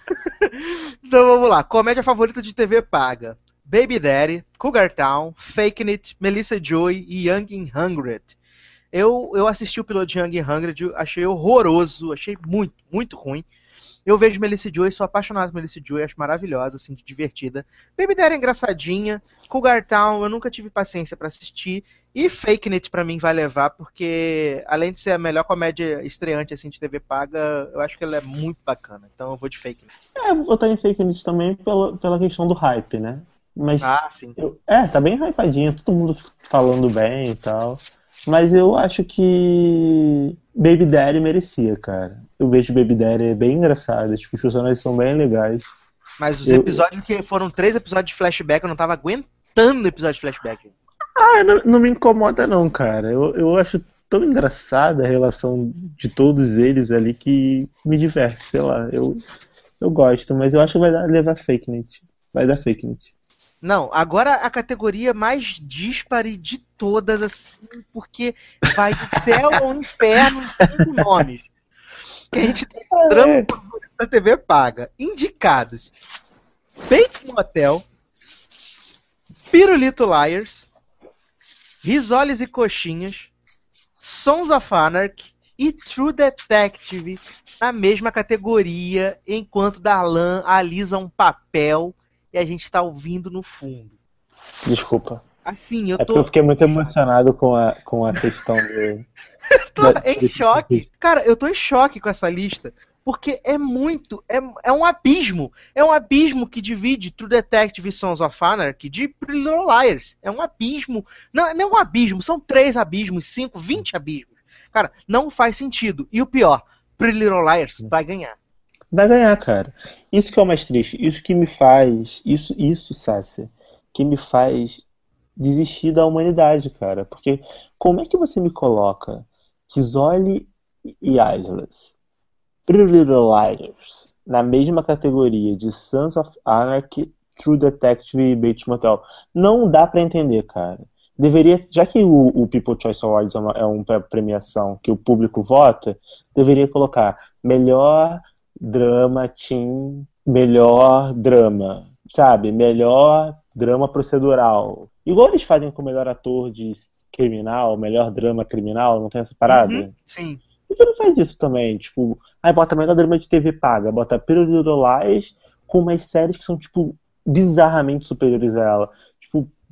Então vamos lá. Comédia favorita de T V paga. Baby Daddy, Cougar Town, Faking It, Melissa Joy e Young and Hungry. Eu, eu assisti o piloto de Young and Hungry, achei horroroso, achei muito, muito ruim. Eu vejo Melissa Joy, sou apaixonado por Melissa Joy, acho maravilhosa, assim, divertida. Baby Daddy é engraçadinha. Cougar Town eu nunca tive paciência pra assistir. E Faking It pra mim vai levar, porque além de ser a melhor comédia estreante assim de T V paga, eu acho que ela é muito bacana. Então eu vou de Faking It. É, eu botar em Fake News também pela, pela questão do hype, né? Mas Ah, sim. eu- é, tá bem hypadinha, todo mundo falando bem e tal. Mas eu acho que Baby Daddy merecia, cara. Eu vejo Baby Daddy bem engraçado, tipo, os personagens são bem legais. Mas os Eu- episódios que foram três episódios de flashback, eu não tava aguentando o episódio de flashback. Ah, não, não me incomoda não, cara. Eu, eu acho tão engraçada a relação de todos eles ali que me diverte, sei lá. Eu, eu gosto, mas eu acho que vai dar, levar Fake News. Vai dar Fake News. Não, agora a categoria mais dispare de todas, assim, porque vai do céu ao inferno em cinco nomes. Que a gente tem drama da T V paga. Indicados: Bates Motel, Pirulito Liars, Risoles e Coxinhas, Sons of Anarchy e True Detective na mesma categoria, enquanto Darlan alisa um papel e a gente tá ouvindo no fundo. Desculpa. Assim, eu É porque tô, eu fiquei muito emocionado com a, com a questão do. tô da- em choque. Cara, eu tô em choque com essa lista, porque é muito, é, é um abismo. É um abismo que divide True Detective e Sons of Anarchy de Pretty Little Liars. É um abismo. Não, não é um abismo, são três abismos, cinco, vinte abismos. Cara, não faz sentido. E o pior, Pretty Little Liars vai ganhar. Vai ganhar, cara. Isso que é o mais triste. Isso que me faz. Isso, isso, Sácia, que me faz desistir da humanidade, cara. Porque como é que você me coloca Risoli e Islas, Pretty Little Liars, na mesma categoria de Sons of Anarchy, True Detective e Bates Motel? Não dá pra entender, cara. Deveria, já que o, o People Choice Awards é uma, é uma premiação que o público vota, deveria colocar melhor drama teen, melhor drama, sabe? Melhor drama procedural. Igual eles fazem com o melhor ator de criminal, melhor drama criminal, não tem essa parada? Uhum, sim. Por que não faz isso também? Tipo, aí bota melhor drama de T V paga, bota Pretty Little Lies com umas séries que são, tipo, bizarramente superiores a ela. Tipo,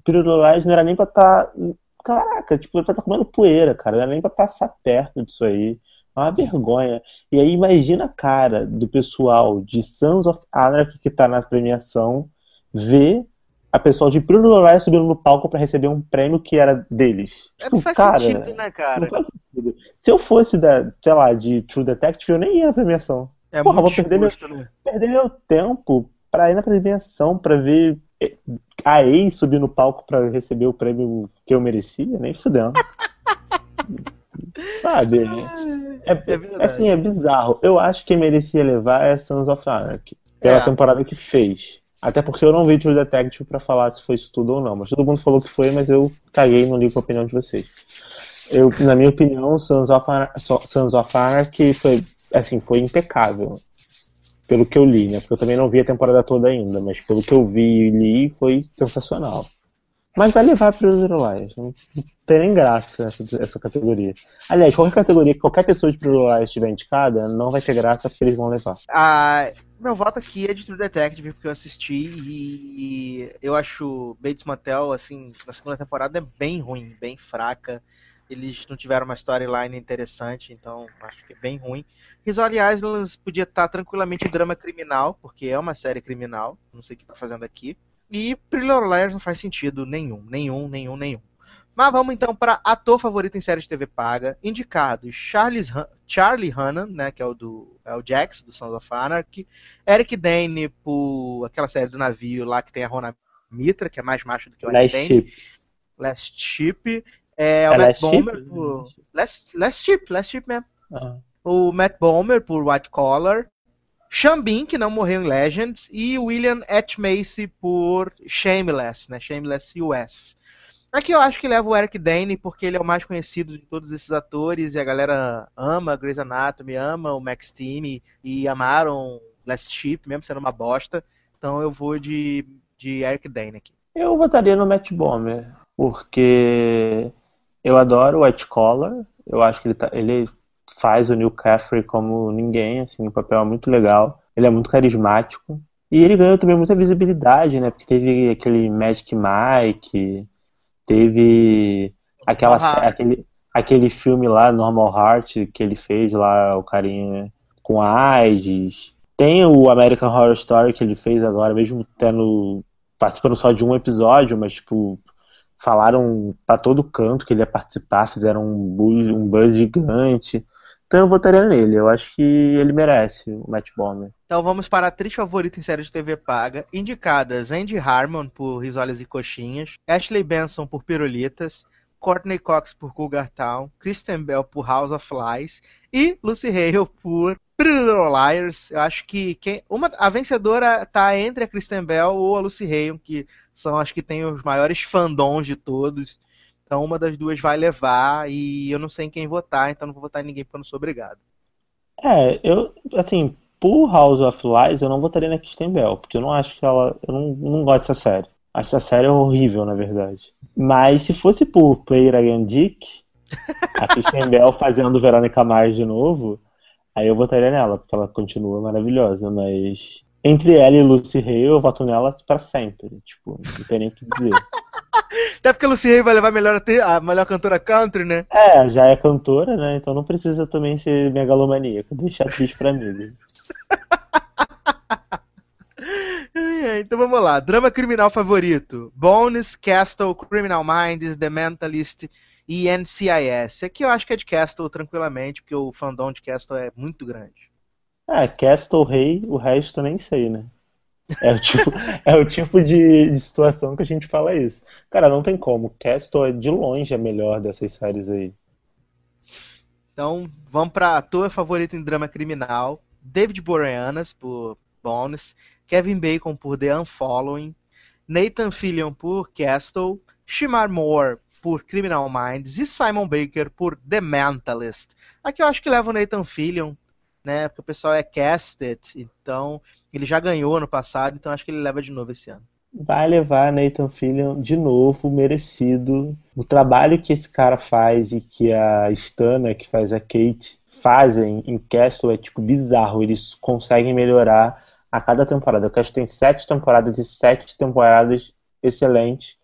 Pretty Little Liars não era nem pra estar... Tá... Caraca, tipo, ele tá comendo poeira, cara. Não era nem pra passar perto disso aí. É uma vergonha. E aí imagina a cara do pessoal de Sons of Anarchy que tá na premiação ver a pessoa de Pretty Little Liars subindo no palco pra receber um prêmio que era deles. É, Tipo, não faz cara, sentido, né, cara? Não faz sentido. Se eu fosse da, sei lá, de True Detective, eu nem ia na premiação. É Porra, muito vou perder meu, justo, né? perder meu tempo pra ir na premiação, pra ver a ex subir no palco pra receber o prêmio que eu merecia, nem fudendo. Sabe? É, é, assim, é bizarro. Eu acho que quem merecia levar é Sons of Anarchy, pela É. temporada que fez. Até porque eu não vi True Detective pra falar se foi isso tudo ou não. Mas todo mundo falou que foi, mas eu caguei e não ligo a opinião de vocês. Eu, na minha opinião, Sons of, Anar- Sons of Anarchy foi, assim, foi impecável. Pelo que eu li, né? Porque eu também não vi a temporada toda ainda, mas pelo que eu vi e li, foi sensacional. Mas vai levar para os Little Liars. Não tem nem graça essa, essa categoria. Aliás, qualquer categoria que qualquer pessoa de Pretty Little Liars estiver indicada, não vai ter graça porque eles vão levar. Ah, meu voto aqui é de True Detective, porque eu assisti e eu acho Bates Motel, assim, na segunda temporada é bem ruim, bem fraca. Eles não tiveram uma storyline interessante, então acho que é bem ruim. Rizzoli Islands podia estar tranquilamente em drama criminal, porque é uma série criminal, não sei o que tá fazendo aqui. E Pretty Little Liars não faz sentido nenhum, nenhum, nenhum, nenhum. Mas vamos então para ator favorito em série de T V paga. Indicados Charles, Charlie Hunnam, né, que é o, do, é o Jax, do Sons of Anarchy. Eric Dane, por aquela série do navio lá que tem a Rona Mitra, que é mais macho do que o Eric Last Dane. Ship. Last Ship. É, o É Matt Last Bomer Ship? por... Last, Last Ship, Last Ship mesmo. Ah. O Matt Bomer por White Collar. Sean Bean, que não morreu em Legends, e William H. Macy por Shameless, né? Shameless U S. Aqui eu acho que leva o Eric Dane, porque ele é o mais conhecido de todos esses atores, e a galera ama Grey's Anatomy, ama o Max Team, e amaram Last Ship, mesmo sendo uma bosta. Então eu vou de, de Eric Dane aqui. Eu votaria no Matt Bomer, porque eu adoro o White Collar. Eu acho que ele, tá, ele faz o Neil Caffrey como ninguém, assim, um papel muito legal. Ele é muito carismático. E ele ganhou também muita visibilidade, né? Porque teve aquele Magic Mike, teve aquela, Normal. aquele, aquele filme lá, Normal Heart, que ele fez lá, o carinha com a AIDS. Tem o American Horror Story que ele fez agora, mesmo tendo participando só de um episódio, mas tipo, falaram pra todo canto que ele ia participar, fizeram um buzz, um buzz gigante. Então eu votaria nele, eu acho que ele merece, o Matt Bomer. Então vamos para a atriz favorita em série de T V paga. Indicadas Andy Harmon por Risoles e Coxinhas, Ashley Benson por Pirulitas, Courtney Cox por Cougar Town, Kristen Bell por House of Lies e Lucy Hale por Pretty Little Liars. Eu acho que quem, uma, a vencedora tá entre a Kristen Bell ou a Lucy Hale, que são as que têm os maiores fandoms de todos. Então uma das duas vai levar e eu não sei em quem votar, então não vou votar em ninguém porque eu não sou obrigado. É, eu, assim, por House of Lies eu não votaria na Kristen Bell, porque eu não acho que ela, eu não, não gosto dessa série. Acho essa série horrível, na verdade. Mas se fosse por Player Again Dick, a Kristen Bell fazendo Veronica Mars de novo, aí eu votaria nela, porque ela continua maravilhosa, mas entre ela e Lucy Hale, eu voto nela pra sempre. Tipo, não tem nem o que dizer. Até porque a Lucy Hale vai levar a melhor, a melhor cantora country, né? É, já é cantora, né? Então não precisa também ser megalomaníaca. Deixa a atriz pra mim. Então vamos lá. Drama criminal favorito: Bones, Castle, Criminal Minds, The Mentalist e N C I S. Aqui eu acho que é de Castle tranquilamente, porque o fandom de Castle é muito grande. É, Castle Rei, o resto eu nem sei, né? É o tipo, é o tipo de, de situação que a gente fala isso. Cara, não tem como. Castle é de longe a melhor dessas séries aí. Então vamos para ator favorito em drama criminal: David Boreanaz por Bones, Kevin Bacon por The Unfollowing, Nathan Fillion por Castle, Shemar Moore por Criminal Minds e Simon Baker por The Mentalist. Aqui eu acho que leva o Nathan Fillion, né? Porque o pessoal é casted, então ele já ganhou no passado, então acho que ele leva de novo esse ano. Vai levar Nathan Fillion de novo, merecido. O trabalho que esse cara faz e que a Stana, que faz a Kate, fazem em Castle é tipo bizarro. Eles conseguem melhorar a cada temporada. O Castle tem sete temporadas e sete temporadas excelentes.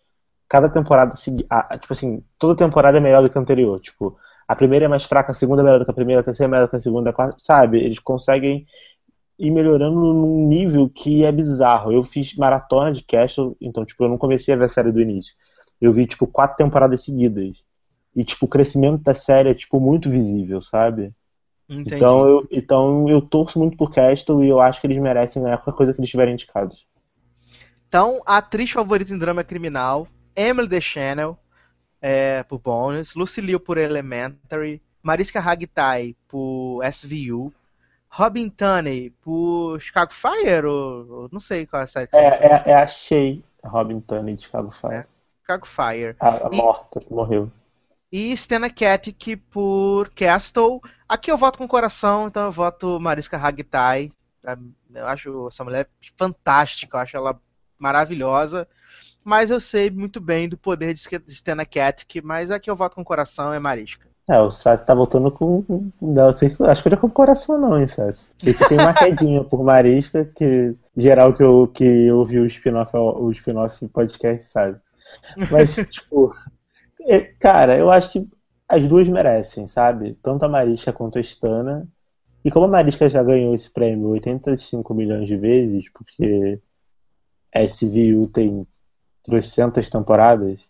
cada temporada, tipo assim, toda temporada é melhor do que a anterior. Tipo, a primeira é mais fraca, a segunda é melhor do que a primeira, a terceira é melhor do que a segunda, a quarta, sabe? Eles conseguem ir melhorando num nível que é bizarro. Eu fiz maratona de Castle, então, tipo, eu não comecei a ver a série do início. Eu vi, tipo, quatro temporadas seguidas. E, tipo, o crescimento da série é, tipo, muito visível, sabe? Entendi. Então eu, então eu torço muito por Castle e eu acho que eles merecem ganhar qualquer coisa que eles tiverem indicados. Então, a atriz favorita em drama criminal, Emily Deschanel, é, por Bonus, Lucy Liu por Elementary, Mariska Hargitay por S V U, Robin Tunney por Chicago Fire, ou, ou não sei qual é a série que você É, é, é a Shay, a Robin Tunney de Chicago Fire. é, Chicago Fire. A, a E, morta que morreu. e Stena Katic por Castle. Aqui eu voto com o coração, então eu voto Mariska Hargitay. Eu acho essa mulher fantástica, eu acho ela maravilhosa. Mas eu sei muito bem do poder de Stena Katic, mas aqui eu voto com o coração, é Mariska. É, o Sassi tá voltando com. Não, sei, acho que não é com o coração, não, hein, Sassi? Sei que tem uma quedinha por Mariska, que geral que eu, que eu vi o spin-off, o spin-off podcast, sabe? Mas, tipo. É, cara, eu acho que as duas merecem, sabe? Tanto a Mariska quanto a Stana. E como a Mariska já ganhou esse prêmio oitenta e cinco milhões de vezes, porque a S V U tem trezentas temporadas,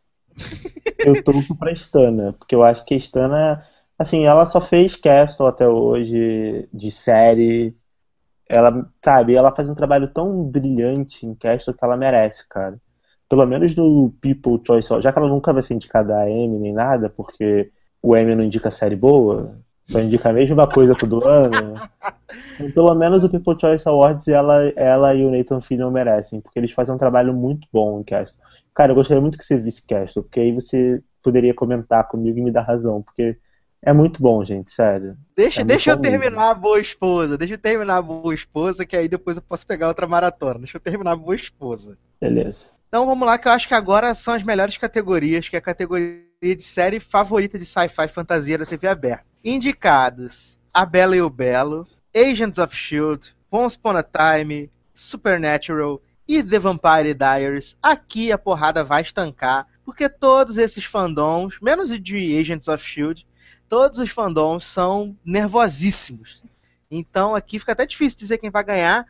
eu torço pra Stana, porque eu acho que a Stana, assim, ela só fez Castle até hoje, de série. Ela, sabe, ela faz um trabalho tão brilhante em Castle que ela merece, cara. Pelo menos no People Choice Award, já que ela nunca vai ser indicada a Emmy nem nada, porque o Emmy não indica série boa, só indica a mesma coisa todo ano. Então, pelo menos o People Choice Awards ela, ela e o Nathan Fillion merecem, porque eles fazem um trabalho muito bom em Castle. Cara, eu gostaria muito que você visse Castle, porque aí você poderia comentar comigo e me dar razão, porque é muito bom, gente, sério. Deixa, é deixa eu bom terminar mesmo. a Boa Esposa, deixa eu terminar a Boa Esposa, que aí depois eu posso pegar outra maratona. Deixa eu terminar a Boa Esposa. Beleza. Então vamos lá, que eu acho que agora são as melhores categorias, que é a categoria de série favorita de sci-fi fantasia da T V aberta. Indicados: A Bela e o Belo, Agents of Shield, Once Upon a Time, Supernatural e The Vampire Diaries. Aqui a porrada vai estancar, porque todos esses fandoms, menos o de Agents of Shield, todos os fandoms são nervosíssimos. Então aqui fica até difícil dizer quem vai ganhar,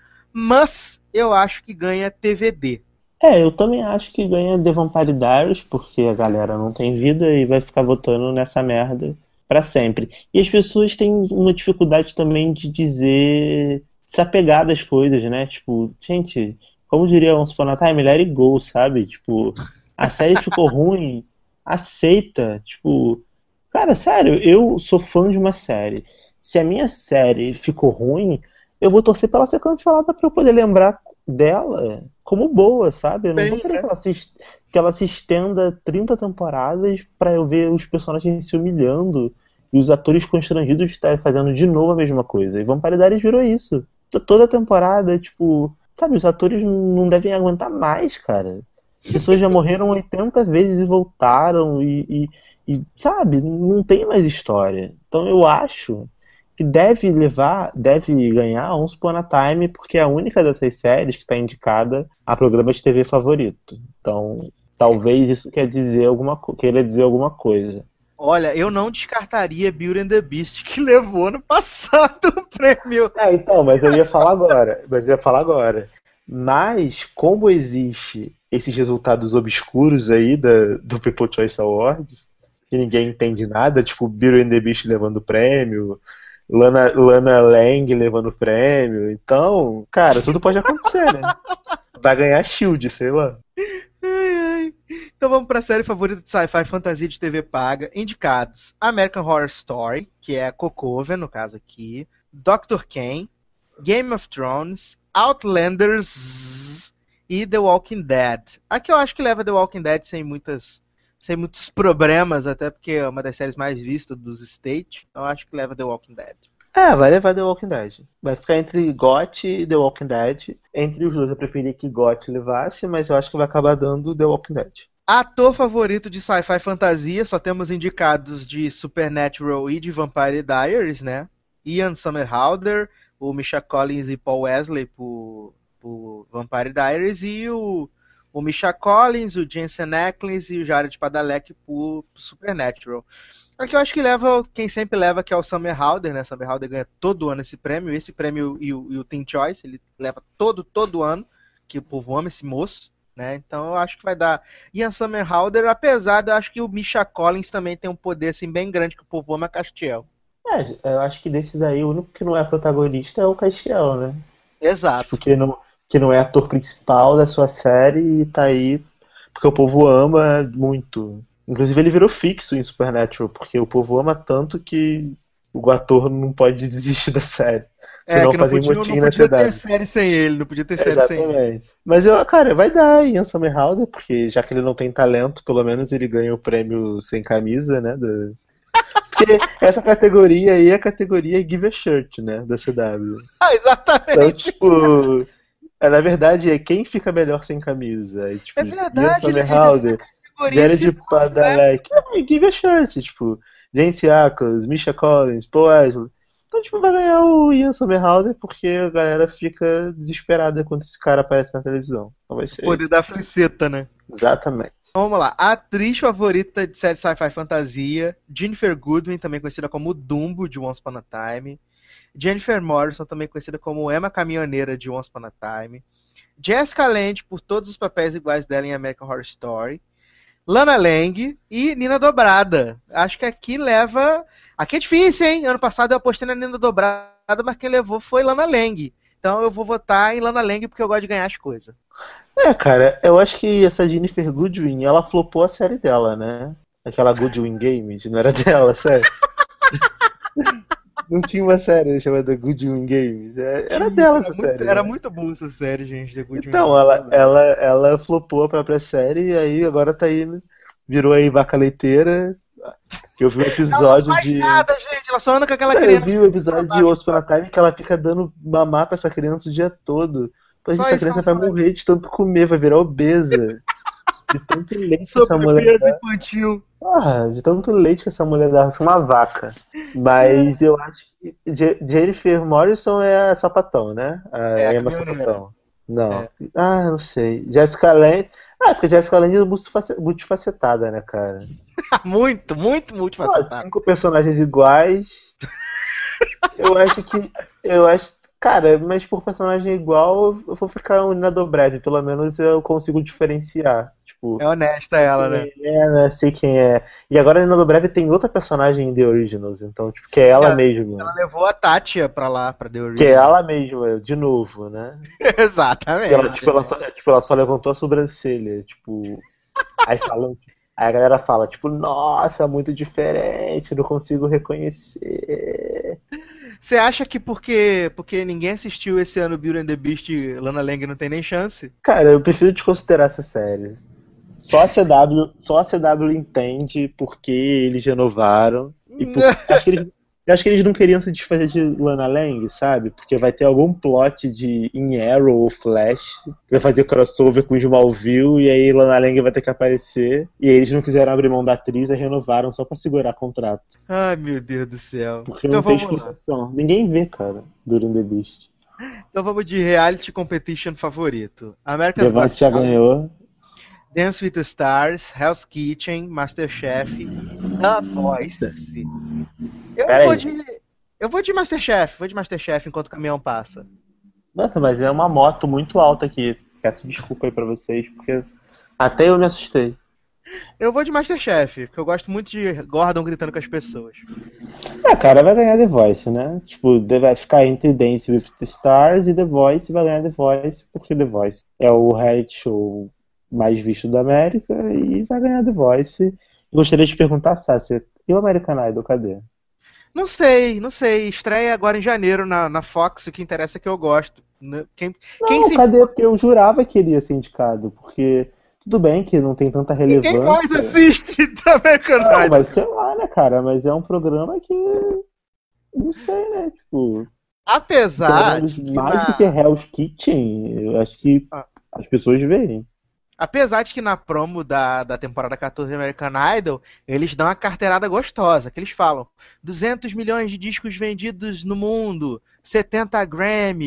mas eu acho que ganha T V D. É, eu também acho que ganha The Vampire Diaries, porque a galera não tem vida e vai ficar votando nessa merda pra sempre. E as pessoas têm uma dificuldade também de dizer, se apegar das coisas, né? Tipo, gente, como diria Once Upon a Time, let it go, sabe? Tipo, a série ficou ruim, aceita. Tipo, cara, sério, eu sou fã de uma série. Se a minha série ficou ruim, eu vou torcer pra ela ser cancelada pra eu poder lembrar dela como boa, sabe? Eu não Bem, vou querer né? que ela se, est- que ela se estenda trinta temporadas pra eu ver os personagens se humilhando e os atores constrangidos de estarem fazendo de novo a mesma coisa. E Vampire Diaries virou isso. T- Toda temporada, tipo, sabe, os atores não devem aguentar mais, cara. As pessoas já morreram oitenta vezes e voltaram e, e, e, sabe, não tem mais história. Então eu acho que deve levar, deve ganhar Once Upon a Time, porque é a única dessas séries que está indicada a programa de T V favorito. Então, talvez isso quer dizer alguma, co- queira dizer alguma coisa. Olha, eu não descartaria Beauty and the Beast, que levou ano passado o prêmio. É, então, mas eu ia falar agora, mas eu ia falar agora. Mas, como existe esses resultados obscuros aí da, do People Choice Awards, que ninguém entende nada, tipo Beauty and the Beast levando o prêmio, Lana, Lana Lang levando o prêmio. Então, cara, tudo pode acontecer, né? Vai ganhar Shield, sei lá. Ai, ai. Então vamos pra série favorita de sci-fi fantasia de T V paga. Indicados: American Horror Story, que é a Cocoven, no caso aqui, Doctor Quem, Game of Thrones, Outlanders e The Walking Dead. Aqui eu acho que leva The Walking Dead sem muitas, sem muitos problemas, até porque é uma das séries mais vistas dos States. Então eu acho que leva The Walking Dead. É, vai levar The Walking Dead. Vai ficar entre G O T e The Walking Dead. Entre os dois eu preferia que G O T levasse, mas eu acho que vai acabar dando The Walking Dead. Ator favorito de sci-fi fantasia, só temos indicados de Supernatural e de Vampire Diaries, né? Ian Somerhalder, o Misha Collins e Paul Wesley por, por Vampire Diaries e o, o Misha Collins, o Jensen Ackles e o Jared Padalecki por Supernatural. Aqui eu acho que leva quem sempre leva, que é o Summer Halder, né? Summer Halder ganha todo ano esse prêmio, esse prêmio e o, e o Teen Choice, ele leva todo, todo ano, que o povo ama esse moço, né? Então eu acho que vai dar Ian Somerhalder, apesar de eu acho que o Misha Collins também tem um poder assim bem grande que o povo ama, Castiel. É, eu acho que desses aí, o único que não é protagonista é o Castiel, né? Exato. Porque não, que não é ator principal da sua série e tá aí porque o povo ama muito. Inclusive ele virou fixo em Supernatural, porque o povo ama tanto que o ator não pode desistir da série. É, Senão que não fazem podia, motim não na podia cidade. ter série sem ele, não podia ter série sem ele. Exatamente. Mas eu, cara, vai dar Ian Somerhalder, porque já que ele não tem talento, pelo menos ele ganha o prêmio sem camisa, né? Do... Porque essa categoria aí é a categoria Give a Shirt, né? Da C W. Ah, exatamente. Então, tipo, é, na verdade é quem fica melhor sem camisa. E, tipo, É verdade, Ian ele Somerhalder, Jared de Padalecki, é, Give a Shirt, tipo, Jensen Ackles, Misha Collins, Paul Wesley. Então, tipo, vai ganhar o Ian Somerhalder porque a galera fica desesperada quando esse cara aparece na televisão. Então vai ser. Poder da fliceta, né? Exatamente. Então, vamos lá. A atriz favorita de série sci-fi fantasia, Jennifer Goodwin, também conhecida como Dumbo, de Once Upon a Time. Jennifer Morrison, também conhecida como Emma Caminhoneira, de Once Upon a Time. Jessica Lange, por todos os papéis iguais dela em American Horror Story. Lana Lang e Nina Dobrada. Acho que aqui leva... Aqui é difícil, hein? Ano passado eu apostei na Nina Dobrada, mas quem levou foi Lana Lang. Então eu vou votar em Lana Lang porque eu gosto de ganhar as coisas. É, cara, eu acho que essa Jennifer Goodwin, ela flopou a série dela, né? Aquela Goodwin Games, não era dela, sério. Não tinha uma série chamada Goodwin Games. Era dela essa era muito, série. Era né? muito boa essa série, gente. The Goodwin Então, ela, ela, ela flopou a própria série e aí agora tá aí, virou aí vaca leiteira. Eu vi um episódio ela não faz de. nada, gente. Ela só anda com aquela Eu criança. vi um episódio de Once Upon a Time que ela fica dando mamar pra essa criança o dia todo. Pô, gente, Só essa isso criança que vai ela faz. morrer de tanto comer, vai virar obesa. De tanto leite que essa mulher Sobremesa dá. infantil. Ah, de tanto leite que essa mulher dá, é uma vaca. Mas eu acho que Je- Jennifer Morrison é a sapatão, né? A É, a Emma caminhoneira. Sapatão. Não. É. Ah, não sei. Jessica Lange. Ah, porque Jessica Lange é multiface- multifacetada, né, cara? muito, muito, muito Pô, facilitado. cinco personagens iguais. Eu acho que. Eu acho. Cara, mas por personagem igual, eu vou ficar na Dobrev. Pelo menos eu consigo diferenciar. Tipo, É honesta ela, né? quem é, né? Sei quem é. E agora na Dobrev tem outra personagem em The Originals, então, tipo, que é ela Ela- mesma. Ela levou a Tátia pra lá, pra The Que é Original. ela mesma, de novo, né? Exatamente. E ela, tipo, ela, só, tipo, ela só levantou a sobrancelha, tipo. Aí falam. Aí a galera fala, tipo, nossa, muito diferente, não consigo reconhecer. Você acha que porque, porque ninguém assistiu esse ano Beauty and the Beast, Lana Lang não tem nem chance? Cara, eu prefiro desconsiderar essa série. Só a C W, só a C W entende por que eles renovaram. E por, acho que eles, eu acho que eles não queriam se desfazer de Lana Lang, sabe? Porque vai ter algum plot de em Arrow ou Flash que vai fazer crossover com Smallville e aí Lana Lang vai ter que aparecer. E aí eles não quiseram abrir mão da atriz e renovaram só pra segurar contrato. Ai, meu Deus do céu. Porque Então não tem vamos lá. explicação. Ninguém vê, cara, Beauty and the Beast. Então vamos de reality competition favorito. The America's Got Voice já Talent, ganhou. Dance with the Stars, Hell's Kitchen, Masterchef, The Voice. Eu Pera vou aí. de. Eu vou de Masterchef, vou de Masterchef enquanto o caminhão passa. Nossa, mas é uma moto muito alta aqui. Peço desculpa aí pra vocês, porque até eu me assustei. Eu vou de Masterchef, porque eu gosto muito de Gordon gritando com as pessoas. É, cara, vai ganhar The Voice, né? Tipo, The- vai ficar entre Dance with the Stars e The Voice, vai ganhar The Voice, porque The Voice é o reality show mais visto da América e vai ganhar The Voice. Gostaria de perguntar, Sácia, e o American Idol, cadê? Não sei, não sei. Estreia agora em janeiro na, na Fox, o que interessa é que eu gosto. Né? Quem, Não, quem se cadê? Porque eu jurava que ele ia ser indicado, porque tudo bem que não tem tanta relevância. Quem mais assiste da American Não, Idol? mas sei lá, né, cara? Mas é um programa que. Não sei, né? Tipo. Apesar pelo de menos que mais na- do que Hell's Kitchen, eu acho que Ah. as pessoas veem. Apesar de que na promo da, da temporada quatorze de American Idol, eles dão uma carteirada gostosa, que eles falam duzentos milhões de discos vendidos no mundo, setenta Grammys,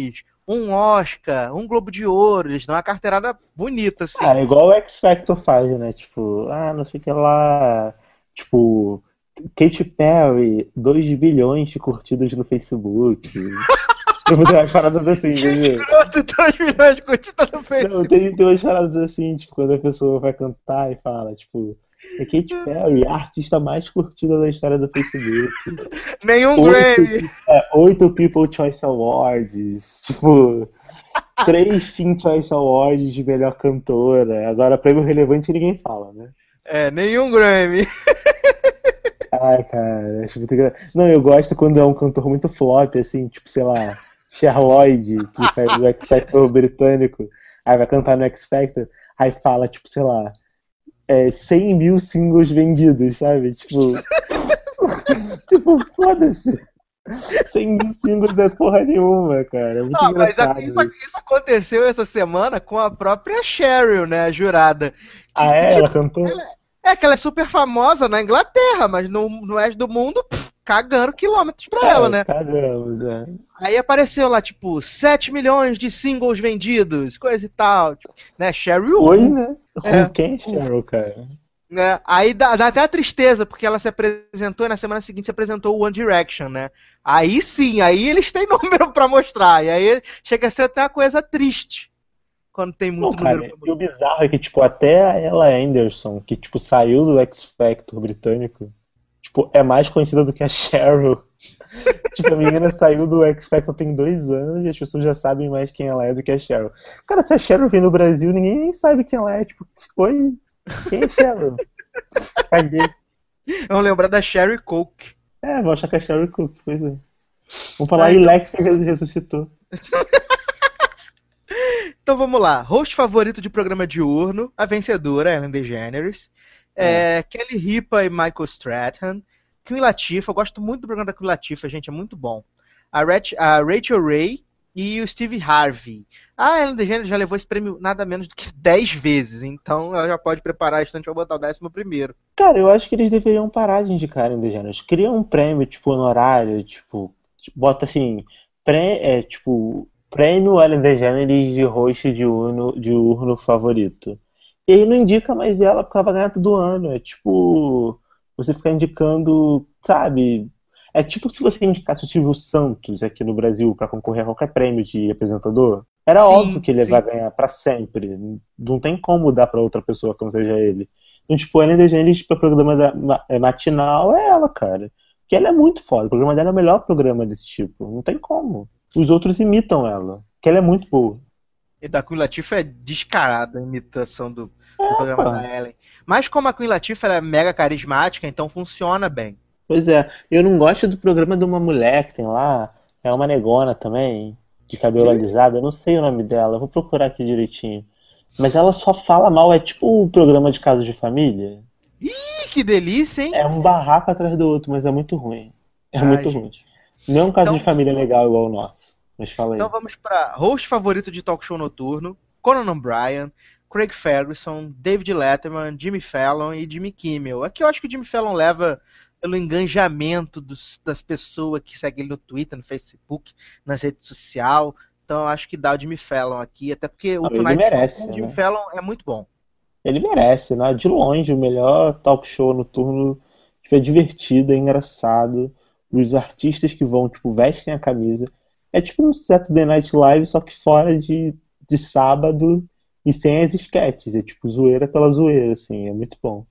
um Oscar, um Globo de Ouro, eles dão uma carteirada bonita, assim. Ah, igual o X Factor faz, né? Tipo, ah, não sei o que lá. Tipo, Katy Perry, dois bilhões de curtidas no Facebook. Eu vou ter umas paradas assim, entendeu? Escroto, dois milhões de curtidas no Facebook. Não, tem, tem umas paradas assim, tipo, quando a pessoa vai cantar e fala, tipo, é Katy Perry, a artista mais curtida da história do Facebook. Nenhum Oito, Grammy. é, oito People Choice Awards, tipo, três Teen Choice Awards de melhor cantora. Agora, prêmio relevante ninguém fala, né? É, nenhum Grammy. Ai, cara, acho muito engraçado. Não, eu gosto quando é um cantor muito flop, assim, tipo, sei lá, Cher Lloyd, que saiu do X Factor britânico, aí vai cantar no X Factor, aí fala, tipo, sei lá, é, cem mil singles vendidos, sabe? Tipo, tipo, foda-se. cem mil singles é porra nenhuma, cara. É muito Ah, mas a- engraçado. isso, isso aconteceu essa semana com a própria Cheryl, né, a jurada. Que, Ah, é? tipo, Ela cantou? é que ela é super famosa na Inglaterra, mas no, no resto do mundo, pff, cagando quilômetros pra ela, né? Cagamos, é. Aí apareceu lá, tipo, sete milhões de singles vendidos, coisa e tal. Tipo, né, Cheryl. Oi, né? É. Quem é Cheryl, cara? Né? Aí dá, dá até a tristeza, porque ela se apresentou e na semana seguinte se apresentou o One Direction, né? Aí sim, aí eles têm número pra mostrar. E aí chega a ser até uma coisa triste. Quando tem muito Não, cara, número pra e o bizarro é que, tipo, até a Ella Anderson, que, tipo, saiu do X Factor britânico, tipo, é mais conhecida do que a Cheryl. Tipo, a menina saiu do X Factor tem dois anos e as pessoas já sabem mais quem ela é do que a Cheryl. Cara, se a Cheryl vem no Brasil, ninguém nem sabe quem ela é. Tipo, oi, quem é Cheryl? Caguei. Vamos lembrar da Sherry Coke. É, vou achar que é a Cheryl Cook, pois é. Vamos falar Ah, aí, então- Lex ressuscitou. Então vamos lá. Host favorito de programa diurno, a vencedora, Ellen DeGeneres. É, Kelly Ripa e Michael Strahan. Queen Latifah, eu gosto muito do programa da Queen Latifah, gente, é muito bom. A, Rach, a Rachel Ray e o Steve Harvey. A Ellen DeGeneres já levou esse prêmio nada menos do que dez vezes, então ela já pode preparar a estante para botar o décimo primeiro. Cara, eu acho que eles deveriam parar de indicar DeGeneres. Cria um prêmio, tipo, honorário, tipo, bota assim, pré, é, tipo, prêmio Ellen DeGeneres de host de urno, de urno favorito. E aí não indica mais ela porque ela vai ganhar todo ano. É tipo, você ficar indicando, sabe? É tipo se você indicasse o Silvio Santos aqui no Brasil pra concorrer a qualquer prêmio de apresentador. Era Sim, óbvio que ele sim. vai ganhar pra sempre. Não tem como dar pra outra pessoa que não seja ele. Então, tipo, a Ellen DeGeneres pra programa da, ma- é, matinal é ela, cara. Porque ela é muito foda. O programa dela é o melhor programa desse tipo. Não tem como. Os outros imitam ela. Porque ela é muito boa. E da Queen Latifah é descarada a imitação do, do programa pô. da Ellen. Mas como a Queen Latifah ela é mega carismática, então funciona bem. Pois é, eu não gosto do programa de uma mulher que tem lá, é uma negona também, de cabelo Que? alisado, eu não sei o nome dela, eu vou procurar aqui direitinho. Mas ela só fala mal, é tipo o programa de casa de família. Ih, que delícia, hein? É um barraco atrás do outro, mas é muito ruim. É Ai, muito gente. ruim. Não é um caso Então- de família legal igual o nosso. Mas fala aí. Então vamos para host favorito de talk show noturno, Conan O'Brien, Craig Ferguson, David Letterman, Jimmy Fallon e Jimmy Kimmel. Aqui eu acho que o Jimmy Fallon leva pelo engajamento dos- das pessoas que seguem ele no Twitter, no Facebook, nas redes sociais. Então eu acho que dá o Jimmy Fallon aqui, até porque o Ah, ele Tonight Show merece, com o Jimmy né? Fallon é muito bom. Ele merece, né? De longe, o melhor talk show noturno. Tipo, é divertido, é engraçado. Os artistas que vão, tipo, vestem a camisa. É tipo um Saturday Night Live, só que fora de, de sábado e sem as sketches. É tipo zoeira pela zoeira, assim. É muito bom.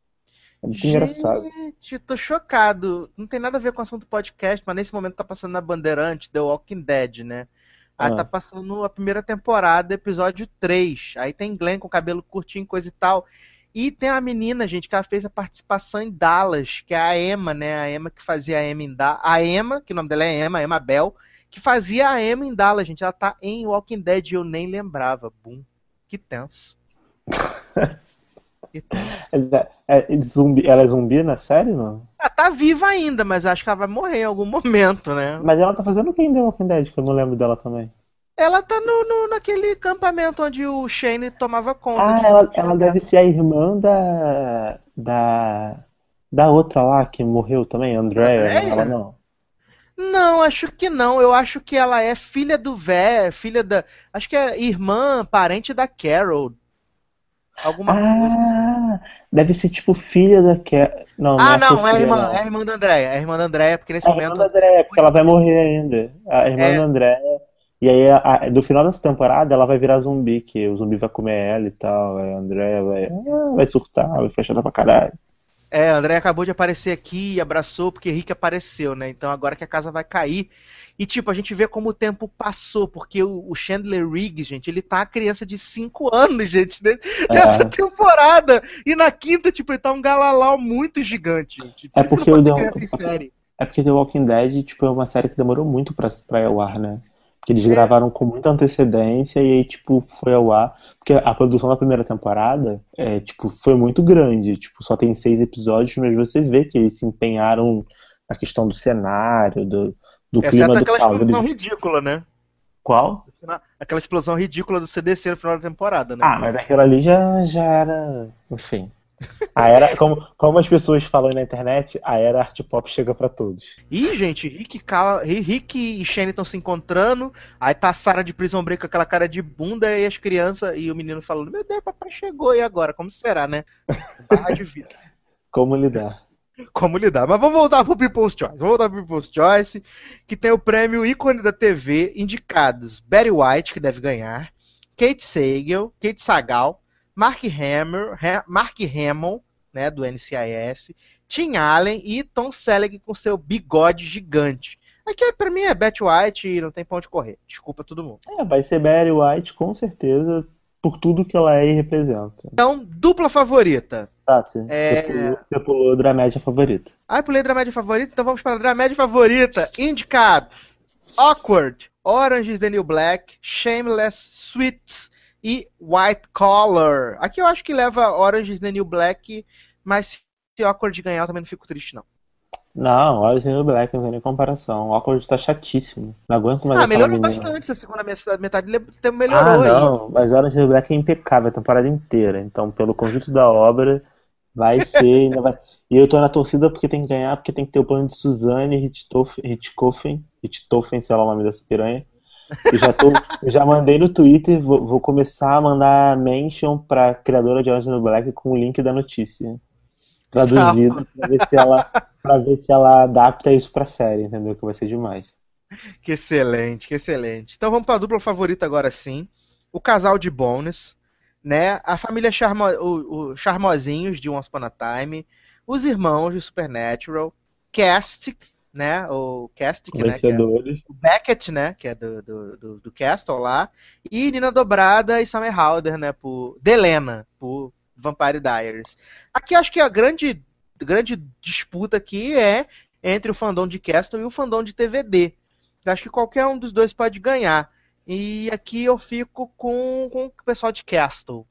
É muito engraçado. Gente, tô chocado. Não tem nada a ver com o assunto do podcast, mas nesse momento tá passando na Bandeirante The Walking Dead, né? Aí Ah. tá passando a primeira temporada, episódio três. Aí tem Glenn com cabelo curtinho, coisa e tal. E tem a menina, gente, que ela fez a participação em Dallas, que é a Emma, né? A Emma que fazia a Emma em Dallas. A Emma, que o nome dela é Emma, Emma Bell, que fazia a Emma em Dallas, gente. Ela tá em Walking Dead e eu nem lembrava. Bum. Que tenso. Que tenso. É, é zumbi, ela é zumbi na série, não? Ela tá viva ainda, mas acho que ela vai morrer em algum momento, né? Mas ela tá fazendo o que em The Walking Dead, que eu não lembro dela também. Ela tá no, no- naquele acampamento onde o Shane tomava conta. Ah, de- ela, ela deve ser a irmã da, da, da outra lá que morreu também, Andrea, Andrea? ela não. Não, acho que não. Eu acho que ela é filha do Vé, filha da. Acho que é irmã, parente da Carol. Alguma coisa assim. Ah, deve ser tipo filha da Carol. Não, não Ah, é não, é a Sofia, irmã, é a não. irmã da Andréia. É a irmã da Andréia, porque nesse É a irmã momento da a Andréia Andréia, porque ela foi. vai morrer ainda. A irmã da É, Andréia. E aí, a- a- do final dessa temporada, ela vai virar zumbi, que o zumbi vai comer ela e tal. Aí a Andréia vai, ah, vai surtar, vai fechar pra caralho. é, a Andréia acabou de aparecer aqui e abraçou porque Rick apareceu, né? Então agora que a casa vai cair. E tipo, a gente vê como o tempo passou, porque o, o Chandler Riggs, gente, ele tá uma criança de cinco anos, gente, né? Nessa É, temporada. E na quinta, tipo, ele tá um galalau muito gigante, gente. é Por isso que não porque o pode The, ter criança em série. é porque The Walking Dead, tipo, é uma série que demorou muito pra, pra ir ao ar, né? Porque eles É, gravaram com muita antecedência e aí, tipo, foi ao ar. Porque a produção da primeira temporada, é, tipo, foi muito grande. Tipo, só tem seis episódios, mas você vê que eles se empenharam na questão do cenário, do, do clima exceto do aquela caos. explosão Eles... ridícula, né? Qual? Aquela explosão ridícula do C D C no final da temporada, né? Ah, mas aquilo ali já, já era. Enfim. A era, como, como as pessoas falam na internet, a era art pop chega pra todos. Ih, gente, Rick, e Cal- Rick e Shane estão se encontrando. Aí tá a Sarah de Prison Break com aquela cara de bunda e as crianças e o menino falando: Meu Deus, papai chegou, e agora? Como será, né? Barra de vida. Como lidar? Como lidar? Mas vamos voltar pro People's Choice. Vamos voltar pro People's Choice, que tem o prêmio ícone da T V, indicados Betty White, que deve ganhar, Kate Sagal, Kate Sagal, Mark Hamill, Ha- Mark Hamill, né, do N C I S, Tim Allen e Tom Selleck com seu bigode gigante. Aqui pra mim é Betty White e não tem pra onde correr. Desculpa todo mundo. É, vai ser Betty White, com certeza, por tudo que ela é e representa. Então, dupla favorita. Tá, você, É... você pulou, você pulou a dramédia favorita. Ai, pulei dramédia favorita, então vamos para a dramédia favorita. Indicados: Awkward, Orange is the New Black, Shameless, Sweets e White Collar. Aqui eu acho que leva Orange is the New Black, mas se Awkward ganhar eu também não fico triste, não. Não, Orange is the Black, não tem nem comparação. O Awkward tá chatíssimo. Não aguento mais Ah, aquela melhorou menina. bastante na segunda metade, le- Ah, melhorou aí. não, mas Orange is the Black é impecável a temporada inteira. Então, pelo conjunto da obra, vai ser. Ainda vai... E eu tô na torcida porque tem que ganhar, porque tem que ter o plano de Suzanne Richthofen, Richthofen, Richthofen, sei lá o nome dessa piranha. Eu já, tô, eu já mandei no Twitter, vou, vou começar a mandar mention pra criadora de Orange is the Black com o link da notícia. Traduzido, pra ver se ela, pra ver se ela adapta isso pra série, entendeu? Que vai ser demais. Que excelente, que excelente. Então vamos para a dupla favorita agora sim. O casal de Bones, né? A família charmo, o, o charmosinhos de Once Upon a Time, os irmãos de Supernatural, Castic, né? O Castic, né? Que é Vencedores. o Beckett, né? Que é do, do, do, do Castle lá, e Nina Dobrada e Summer Halder, né? Por Delena, por Vampire Diaries. Aqui acho que a grande, grande disputa aqui é entre o fandom de Castle e o fandom de T V D. Eu acho que qualquer um dos dois pode ganhar. E aqui eu fico com, com o pessoal de Castle.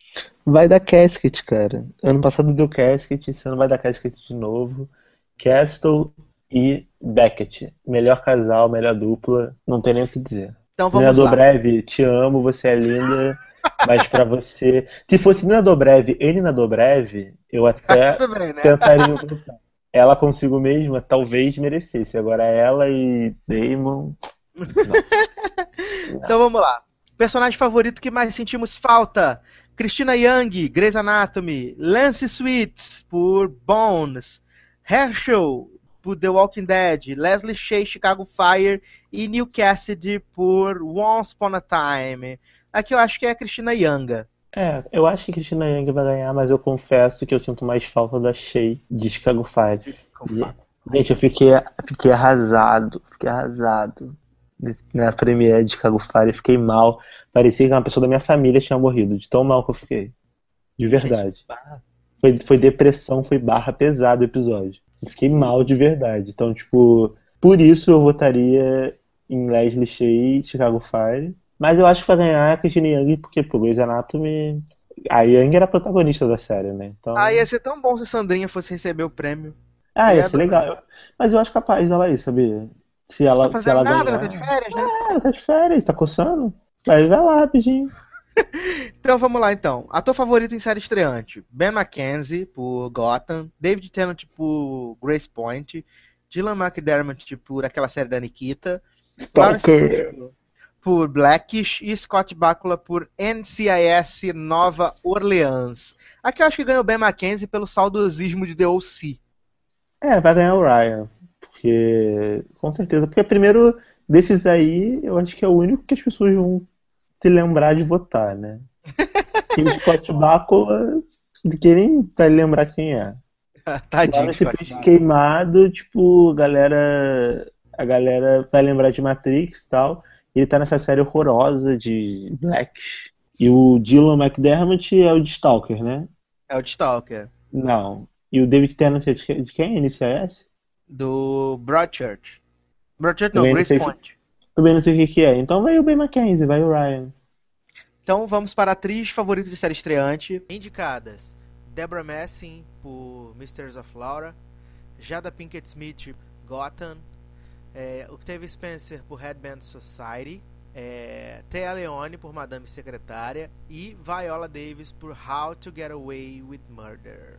Vai dar Casket, cara. Ano passado deu Casket, esse ano vai dar Casket de novo. Castle e Beckett. Melhor casal, melhor dupla, não tem nem o que dizer. Então Nina vamos lá. Dobrev, te amo, você é linda, mas pra você... Se fosse Nina Dobrev e Nina Dobrev, eu até Tudo bem, né? pensaria em votar. Ela consigo mesma talvez merecesse. Agora ela e Damon... Não. Então vamos lá. Personagem favorito que mais sentimos falta: Christina Young, Grey's Anatomy, Lance Sweets por Bones, Herschel por The Walking Dead, Leslie Shea, Chicago Fire e Neil Cassidy por Once Upon a Time. Aqui eu acho que é a Christina Young. É, eu acho que Christina Young vai ganhar, mas eu confesso que eu sinto mais falta da Shea de Chicago Fire. Gente, eu fiquei, fiquei arrasado, fiquei arrasado na premiere de Chicago Fire, fiquei mal. Parecia que uma pessoa da minha família tinha morrido, de tão mal que eu fiquei. De verdade. Foi, foi depressão, foi barra pesado o episódio. Eu fiquei mal de verdade. Então, tipo, por isso eu votaria em Leslie Shea e Chicago Fire. Mas eu acho que vai ganhar a Christina Young, porque, pô, Grey's Anatomy... A Young era a protagonista da série, né? Então... Ah, ia ser tão bom se Sandrinha fosse receber o prêmio. Ah, ia É, ser legal. Mas eu acho capaz dela ir, sabia? Se ela, Não tá se fazendo ela nada, ganhar... ela tá de férias, né? É, ela tá de férias, tá coçando. Aí vai lá, rapidinho. Então vamos lá então. Ator favorito em série estreante: Ben McKenzie por Gotham, David Tennant por Grace Point, Dylan McDermott por aquela série da Nikita, Lawrence Stalker. Fishburne por Blackish e Scott Bakula por N C I S Nova Orleans. Aqui eu acho que ganhou Ben McKenzie pelo saudosismo de The O C. É, vai ganhar o Ryan. Porque, com certeza. Porque primeiro desses aí, eu acho que é o único que as pessoas vão se lembrar de votar, né? Aquele Scott Bakula, ninguém vai lembrar quem é. Tadinho. Lá esse peixe queimado, tipo, a galera, a galera vai lembrar de Matrix e tal. Ele tá nessa série horrorosa de Black. E o Dylan McDermott é o de Stalker, né? É o de Stalker. Não. E o David Tennant é de que- de quem? N C I S? Do Broadchurch. Broadchurch não, Também não Grace sei que- Point. Também não sei o que que é. Então vai o Ben McKenzie, vai o Ryan. Então vamos para a atriz favorita de série estreante. Indicadas: Deborah Messing por Misters of Laura, Jada Pinkett Smith por Gotham, é, Octavia Spencer por Headband Society, é, Téa Leoni por Madame Secretária e Viola Davis por How to Get Away with Murder.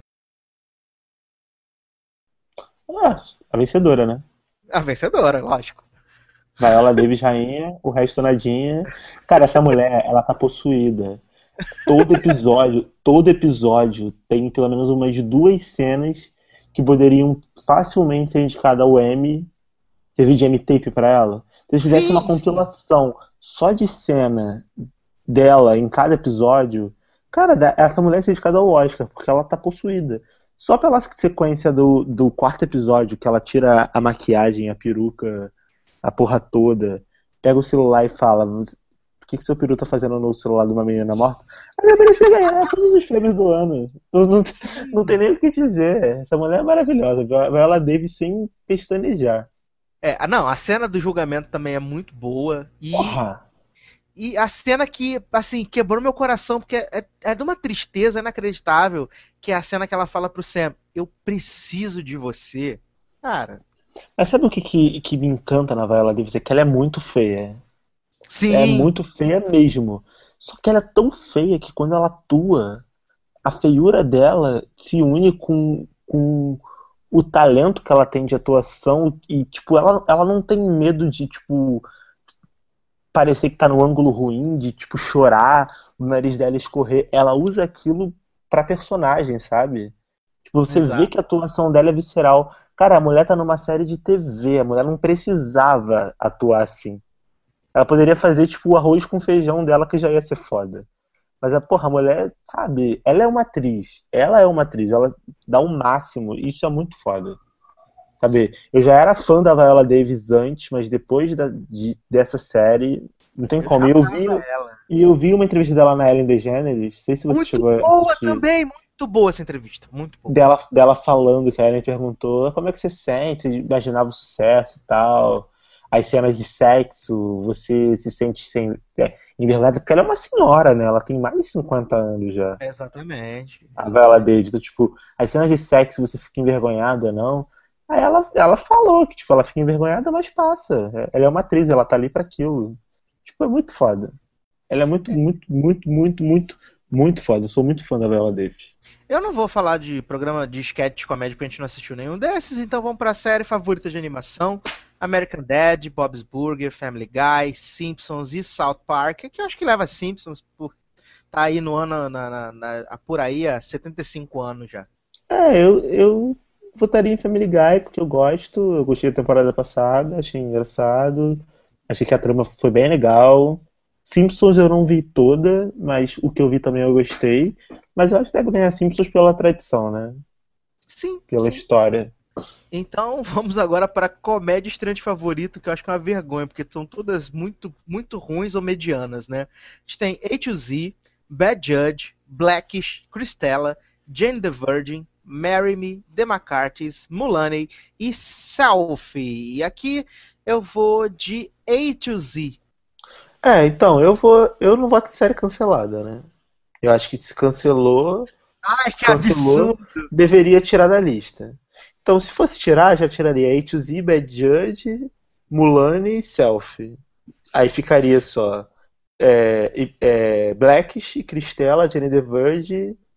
Ah, a vencedora, né? A vencedora, lógico. Viola Davis rainha, o resto nadinha. Cara, essa mulher, ela tá possuída. Todo episódio, todo episódio tem pelo menos umas duas cenas que poderiam facilmente ser indicadas ao Emmy. Servir de M-Tape pra ela. Se eles fizessem Sim. uma compilação só de cena dela em cada episódio, cara, da- essa mulher seria indicada ao Oscar, porque ela tá possuída. Só pela sequência do, do quarto episódio, que ela tira a maquiagem, a peruca, a porra toda, pega o celular e fala: o que, que seu peru tá fazendo no celular de uma menina morta? Ela merecia ganhar todos os prêmios do ano. Não, não, não tem nem o que dizer. Essa mulher é maravilhosa. Viola Davis sem pestanejar. É, ah, não, a cena do julgamento também é muito boa. E, Porra! e a cena que, assim, quebrou meu coração, porque é, é de uma tristeza inacreditável, que é a cena que ela fala pro Sam: eu preciso de você. Cara, Mas sabe o que, que, que me encanta na Viola Davis? É que ela é muito feia. sim, É muito feia mesmo. Só que ela é tão feia que quando ela atua, a feiura dela se une com, com o talento que ela tem de atuação e, tipo, ela, ela não tem medo de, tipo, parecer que tá no ângulo ruim, de, tipo, chorar, o nariz dela escorrer. Ela usa aquilo pra personagem, sabe? Tipo, você Exato. vê que a atuação dela é visceral. Cara, a mulher tá numa série de T V, a mulher não precisava atuar assim. Ela poderia fazer, tipo, o arroz com feijão dela, que já ia ser foda. Mas, a porra, a mulher, sabe, ela é uma atriz. Ela é uma atriz, ela dá o máximo. Isso é muito foda. Sabe, eu já era fã da Viola Davis antes, mas depois da, de- dessa série, não tem como. E eu vi, ela. e eu vi uma entrevista dela na Ellen DeGeneres, não sei se você Muito chegou a boa assistir, também, muito boa essa entrevista, muito boa. dela, dela falando que a Ellen perguntou: como é que você sente, você imaginava o sucesso e tal, as cenas de sexo, você se sente sem, é, envergonhada, porque ela é uma senhora, né, ela tem mais de cinquenta anos já, Exatamente. a Viola Davis. Então, tipo, as cenas de sexo você fica envergonhado ou não? Aí ela, ela falou que, tipo, ela fica envergonhada, mas passa. Ela é uma atriz, ela tá ali pra aquilo. Tipo, é muito foda. Ela é muito, muito, muito, muito, muito, muito foda. Eu sou muito fã da Viola Davis. Eu não vou falar de programa de sketch de comédia porque a gente não assistiu nenhum desses, então vamos pra série favorita de animação: American Dad, Bob's Burger, Family Guy, Simpsons e South Park, que eu acho que leva Simpsons por tá aí no ano, na, na- na- por aí há setenta e cinco anos já. É, eu, eu votaria em Family Guy porque eu gosto. Eu gostei da temporada passada, achei engraçado. Achei que a trama foi bem legal. Simpsons eu não vi toda, mas o que eu vi também eu gostei. Mas eu acho que deve ganhar Simpsons pela tradição, né? Sim, Pela sim. história. Então vamos agora para comédia estreante favorito, que eu acho que é uma vergonha, porque são todas muito, muito ruins ou medianas, né? A gente tem A to Z, Bad Judge, Blackish, Cristela, Jane the Virgin, Marry Me, The McCarthy's, Mulaney e Selfie. E aqui eu vou de A to Z. É, então, eu vou. Eu não voto em série cancelada, né? Eu acho que se cancelou, Ai, que cancelou, absurdo! deveria tirar da lista. Então, se fosse tirar, já tiraria A to Z, Bad Judge, Mulane e Selfie. Aí ficaria só é, e- é, Blackish, Cristela, Jenny the Virgin,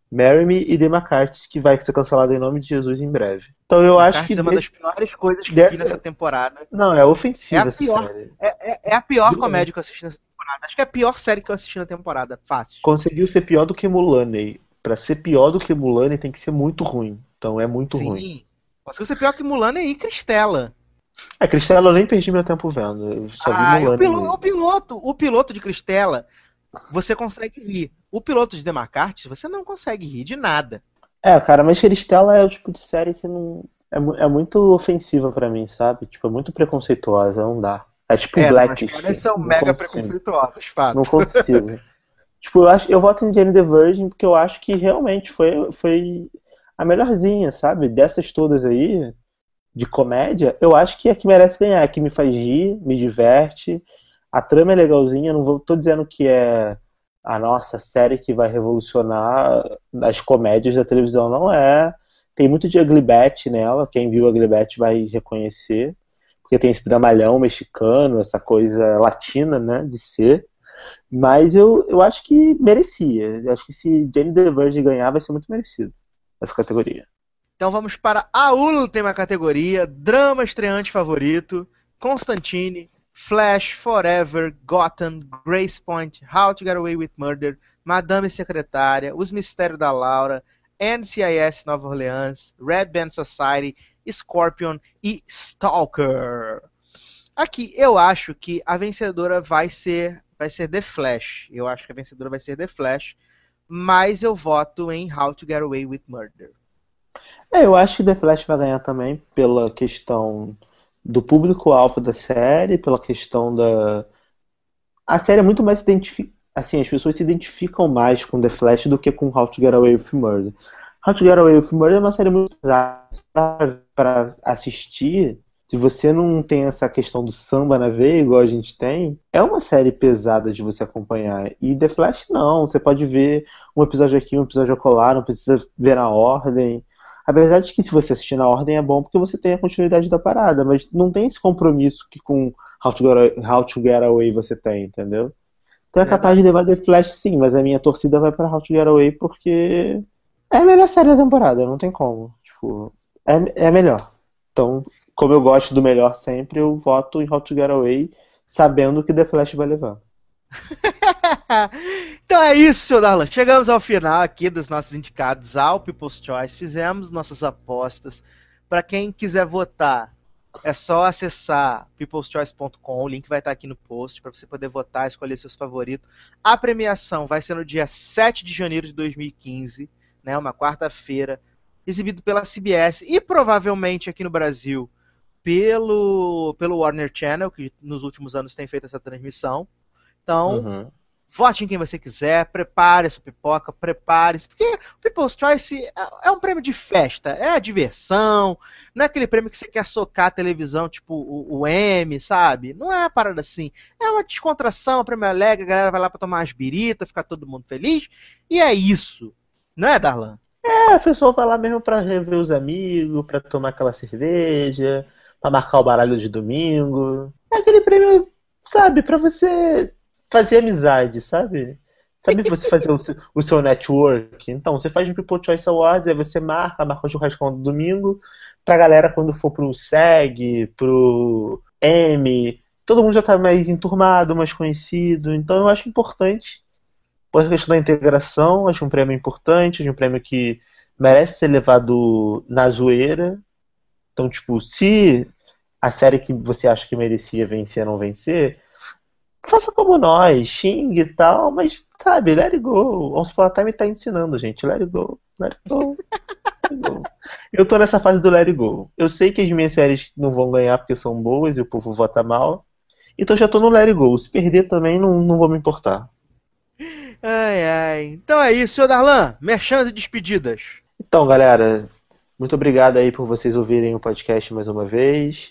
Marry Me e The McCarthy, que vai ser cancelada em nome de Jesus em breve. Então eu acho que... é uma das piores coisas que de... eu vi nessa temporada. Não, é ofensiva é a essa pior, série. É, é, é a pior Sim. comédia que eu assisti nessa temporada. Acho que é a pior série que eu assisti na temporada, fácil. Conseguiu ser pior do que Mulaney. Pra ser pior do que Mulaney tem que ser muito ruim. Então é muito Sim. ruim. Sim, conseguiu ser pior que Mulaney e Cristela. É, Cristela eu nem perdi meu tempo vendo. Eu só Ah, vi o, Mulaney. piloto, o, piloto, o piloto de Cristela, você consegue rir. O piloto de The McCarthy, você não consegue rir de nada. É, cara, mas Cristela é o tipo de série que não... É, é muito ofensiva pra mim, sabe? Tipo, é muito preconceituosa, não dá. É tipo É, Blackish. as caras são não mega consigo. preconceituosas, fato. Não consigo. Tipo, eu, acho, eu voto em Jane the Virgin porque eu acho que realmente foi, foi a melhorzinha, sabe? Dessas todas aí, de comédia, eu acho que é a que merece ganhar, é que me faz rir, me diverte, a trama é legalzinha, não vou, tô dizendo que é a nossa série que vai revolucionar as comédias da televisão, não é. Tem muito de Ugly Betty nela, quem viu Ugly Betty vai reconhecer, porque tem esse dramalhão mexicano, essa coisa latina, né, de ser. Mas eu, eu acho que merecia. Eu acho que se Jane the Virgin ganhar, vai ser muito merecido essa categoria. Então vamos para a última categoria, drama estreante favorito, Constantine, Flash, Forever, Gotham, Grace Point, How to Get Away with Murder, Madame Secretária, Os Mistérios da Laura, N C I S Nova Orleans, Red Band Society, Scorpion e Stalker. Aqui eu acho que a vencedora vai ser, vai ser The Flash. Eu acho que a vencedora vai ser The Flash, mas eu voto em How to Get Away with Murder. É, eu acho que The Flash vai ganhar também pela questão do público-alvo da série, pela questão da... A série é muito mais identificada. Assim, as pessoas se identificam mais com The Flash do que com How to Get Away with Murder. How to Get Away with Murder é uma série muito pesada para assistir. Se você não tem essa questão do samba na veia, igual a gente tem, é uma série pesada de você acompanhar. E The Flash não, você pode ver um episódio aqui, um episódio acolá, não precisa ver na ordem. A verdade é que se você assistir na ordem é bom porque você tem a continuidade da parada, mas não tem esse compromisso que com How to Get, How to Get Away você tem, entendeu? Então é capaz de levar The Flash sim, mas a minha torcida vai pra How to Get Away porque é a melhor série da temporada, não tem como. Tipo, é, é a melhor. Então, como eu gosto do melhor sempre, eu voto em How to Get Away sabendo que The Flash vai levar. Então é isso, seu Darlan. Chegamos ao final aqui dos nossos indicados ao People's Choice. Fizemos nossas apostas. Para quem quiser votar, é só acessar peoples choice ponto com. O link vai estar aqui no post para você poder votar, escolher seus favoritos. A premiação vai ser no dia sete de janeiro de dois mil e quinze, né, uma quarta-feira, exibido pela C B S e provavelmente aqui no Brasil pelo, pelo Warner Channel, que nos últimos anos tem feito essa transmissão. Então, Uhum. vote em quem você quiser, prepare sua pipoca, prepare-se, porque o People's Choice é, é um prêmio de festa, é a diversão, não é aquele prêmio que você quer socar a televisão, tipo o, o M, sabe? Não é uma parada assim, é uma descontração, um prêmio alegre, a galera vai lá pra tomar umas biritas, ficar todo mundo feliz, e é isso, não é, Darlan? É, a pessoa vai lá mesmo pra rever os amigos, pra tomar aquela cerveja, pra marcar o baralho de domingo. É aquele prêmio, sabe, pra você fazer amizade, sabe? Sabe você fazer o seu, o seu network? Então, você faz um People Choice Awards, aí você marca, marca o churrascão do domingo, pra galera quando for pro S E G, pro M, todo mundo já tá mais enturmado, mais conhecido, então eu acho importante. Por essa questão da integração, acho um prêmio importante, acho um prêmio que merece ser levado na zoeira. Então, tipo, se a série que você acha que merecia vencer não vencer, faça como nós, xingue e tal, mas, sabe, let it go. Once Upon a Time tá ensinando, gente. Let it go, let it go, let it go. Eu tô nessa fase do let it go. Eu sei que as minhas séries não vão ganhar porque são boas e o povo vota mal. Então já tô no let it go. Se perder também, não, não vou me importar. Ai, ai. Então é isso, seu Darlan. Merchans e despedidas. Então, galera, muito obrigado aí por vocês ouvirem o podcast mais uma vez.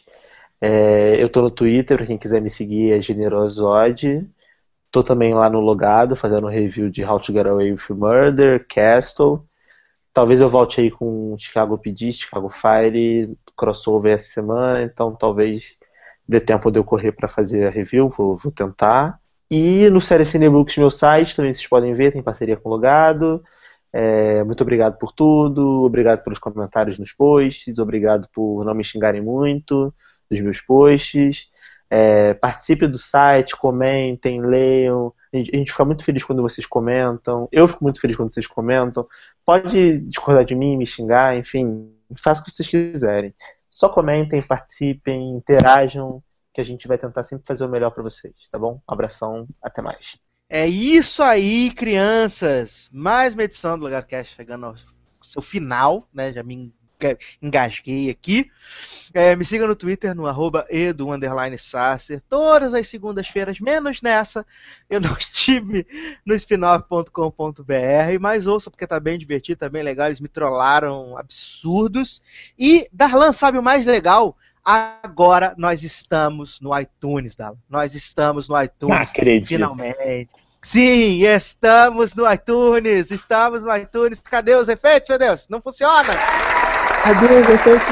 É, eu tô no Twitter, pra quem quiser me seguir é Generosode. Tô também lá no Logado, fazendo review de How to Get Away with Murder, Castle. Talvez eu volte aí com Chicago P D, Chicago Fire, crossover essa semana, então talvez dê tempo de eu correr pra fazer a review, vou, vou tentar. E no Série Cinebooks, meu site, também vocês podem ver, tem parceria com o Logado. É, muito obrigado por tudo, obrigado pelos comentários nos posts, obrigado por não me xingarem muito dos meus posts. É, participe do site, comentem, leiam. A gente, a gente fica muito feliz quando vocês comentam. Eu fico muito feliz quando vocês comentam. Pode discordar de mim, me xingar, enfim, faça o que vocês quiserem. Só comentem, participem, interajam, que a gente vai tentar sempre fazer o melhor para vocês, tá bom? Um abração, até mais. É isso aí, crianças! Mais uma edição do LogadoCast chegando ao seu final, né? Já me engasguei aqui. É, me siga no Twitter, no arroba edu underline Sasser. Todas as segundas-feiras, menos nessa, eu não estive no spinoff ponto com ponto b r, mas ouça porque tá bem divertido, tá bem legal. Eles me trollaram absurdos. E, Darlan, sabe o mais legal? Agora nós estamos no iTunes, Darlan. Nós estamos no iTunes, ah, finalmente. Sim, estamos no iTunes, estamos no iTunes. Cadê os efeitos, meu Deus? Não funciona! Cadê os efeitos?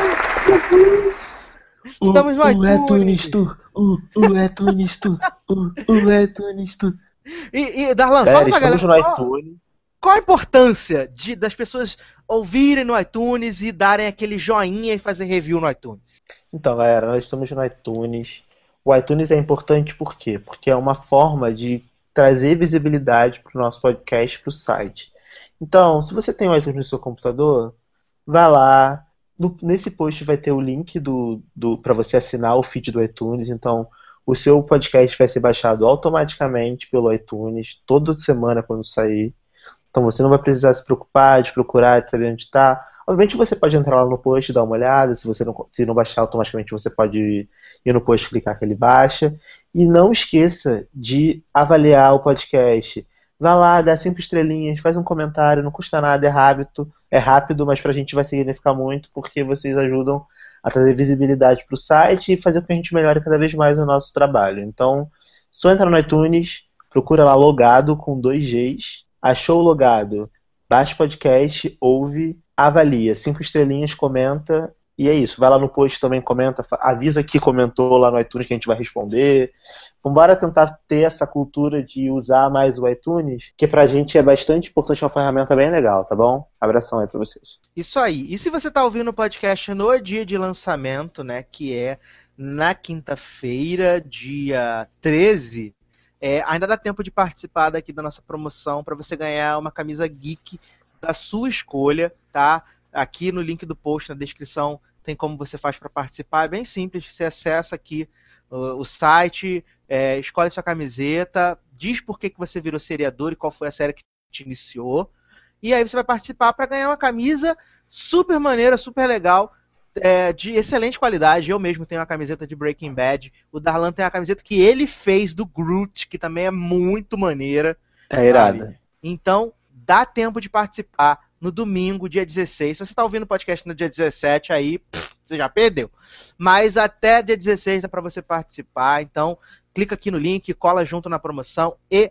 Uh, estamos no uh, iTunes. iTunes tu, uh, uh, iTunes tu, uh, uh, iTunes tu. E, e Darlan, Pera, fala pra galera. No iTunes. Qual a importância de, das pessoas ouvirem no iTunes e darem aquele joinha e fazer review no iTunes? Então, galera, nós estamos no iTunes. O iTunes é importante por quê? Porque é uma forma de trazer visibilidade para o nosso podcast, para o site. Então, se você tem o iTunes no seu computador, vai lá. No, nesse post vai ter o link do, do, para você assinar o feed do iTunes. Então, o seu podcast vai ser baixado automaticamente pelo iTunes, toda semana quando sair. Então você não vai precisar se preocupar de procurar, de saber onde está. Obviamente você pode entrar lá no post e dar uma olhada. Se você não, se não baixar automaticamente, você pode ir no post, clicar que ele baixa. E não esqueça de avaliar o podcast. Vai lá, dá cinco estrelinhas, faz um comentário, não custa nada, é rápido, é rápido, mas pra gente vai significar muito, porque vocês ajudam a trazer visibilidade pro site e fazer com que a gente melhore cada vez mais o nosso trabalho. Então, só entra no iTunes, procura lá Logado com dois Gs. Achou o Logado, baixa o podcast, ouve, avalia, cinco estrelinhas, comenta, e é isso. Vai lá no post também, comenta, avisa que comentou lá no iTunes que a gente vai responder. Vamos tentar ter essa cultura de usar mais o iTunes, que pra gente é bastante importante, é uma ferramenta bem legal, tá bom? Abração aí pra vocês. Isso aí. E se você tá ouvindo o podcast no dia de lançamento, né, que é na quinta-feira, dia treze, É, ainda dá tempo de participar daqui da nossa promoção para você ganhar uma camisa geek da sua escolha, tá? Aqui no link do post, na descrição, tem como você faz para participar. É bem simples, você acessa aqui o, o site, é, escolhe sua camiseta, diz por que, que você virou seriador e qual foi a série que te iniciou. E aí você vai participar para ganhar uma camisa super maneira, super legal, É, de excelente qualidade. Eu mesmo tenho uma camiseta de Breaking Bad. O Darlan tem a camiseta que ele fez do Groot, que também é muito maneira. É irada. Então, dá tempo de participar no domingo, dia dezesseis. Se você está ouvindo o podcast no dia dezessete, aí pff, você já perdeu. Mas até dia dezesseis dá para você participar. Então, clica aqui no link, cola junto na promoção e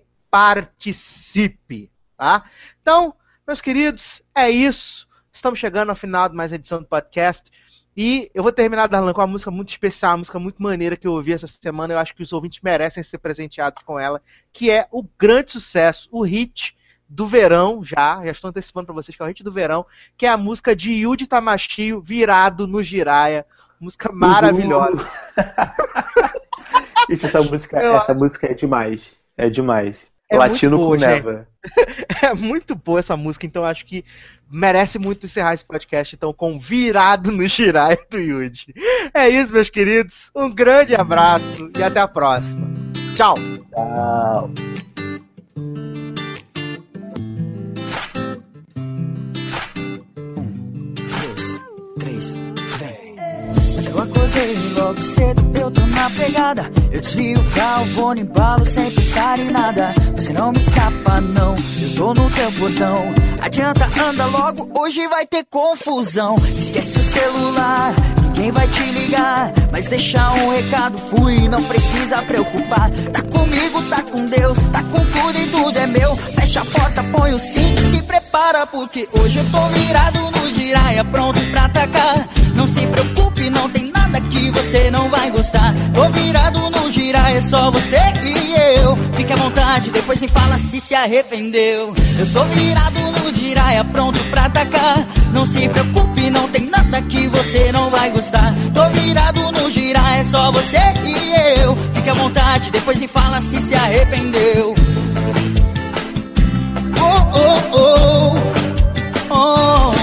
participe, tá? Então, meus queridos, é isso. Estamos chegando ao final de mais uma edição do podcast. E eu vou terminar, Darlan, com uma música muito especial, uma música muito maneira que eu ouvi essa semana. Eu acho que os ouvintes merecem ser presenteados com ela, que é o grande sucesso, o hit do verão, já, já estou antecipando para vocês que é o hit do verão, que é a música de Yuji Tamashio, Virado no Jiraiya. Música maravilhosa. Uhum. essa, música, eu... essa música é demais. É demais. É Latino muito boa, com Neva. É muito boa essa música, então acho que merece muito encerrar esse podcast então com Virado no Jiraiya do Yuji. É isso, meus queridos. Um grande abraço e até a próxima. Tchau. Tchau. Eu acordei logo cedo, eu tô na pegada. Eu desvio o carro, vou no embalo sem pensar em nada. Você não me escapa não, eu tô no teu portão. Adianta, anda logo, hoje vai ter confusão. Esquece o celular, ninguém vai te ligar. Mas deixa um recado, fui, não precisa preocupar. Tá comigo, tá com Deus, tá com tudo e tudo é meu. Fecha a porta, põe o cinto e se prepara, porque hoje eu tô virado no Jiraiya, pronto pra atacar. Não se preocupe, não tem nada que você não vai gostar. Tô virado no Jiraiya. girar é só você e eu. Fique à vontade, depois me fala se se arrependeu. Eu tô virado no giraia, pronto pra atacar. Não se preocupe, não tem nada que você não vai gostar. Tô virado no giraia, é só você e eu. Fique à vontade, depois me fala se se arrependeu. Oh, oh, oh, oh.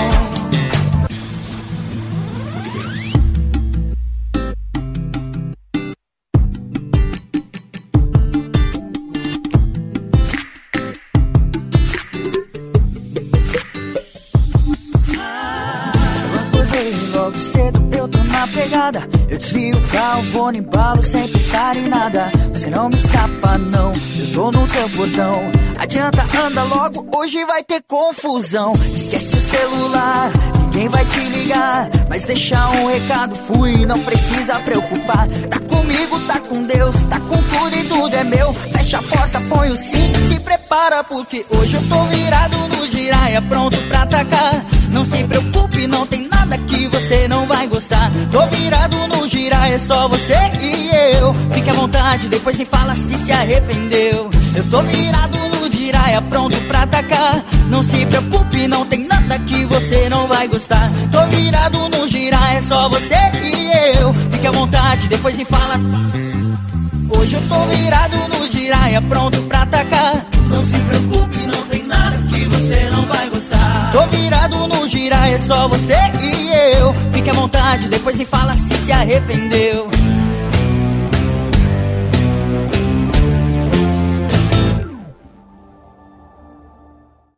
Logo cedo eu tô na pegada. Eu desvio o carro, vou no embalo sem pensar em nada. Você não me escapa não, eu tô no teu portão. Adianta, anda logo, hoje vai ter confusão. Esquece o celular, ninguém vai te ligar. Mas deixa um recado, fui, não precisa preocupar. Tá comigo, tá com Deus, tá com tudo e tudo é meu. Fecha a porta, põe o cinto e se prepara, porque hoje eu tô virado no giraia, pronto pra atacar. Não se preocupe, não tem nada que você não vai gostar. Tô virado no giraia, é só você e eu. Fique à vontade, depois me fala se se arrependeu. Eu tô virado no giraia, pronto pra atacar. Não se preocupe, não tem nada que você não vai gostar. Tô virado no giraia, é só você e eu. Fique à vontade, depois me fala. Hoje eu tô virado no giraia, pronto pra atacar. Não se preocupe, não tem nada que você não vai gostar. Tô virado no giraia, é só você e eu. Fique à vontade, depois me fala se se arrependeu.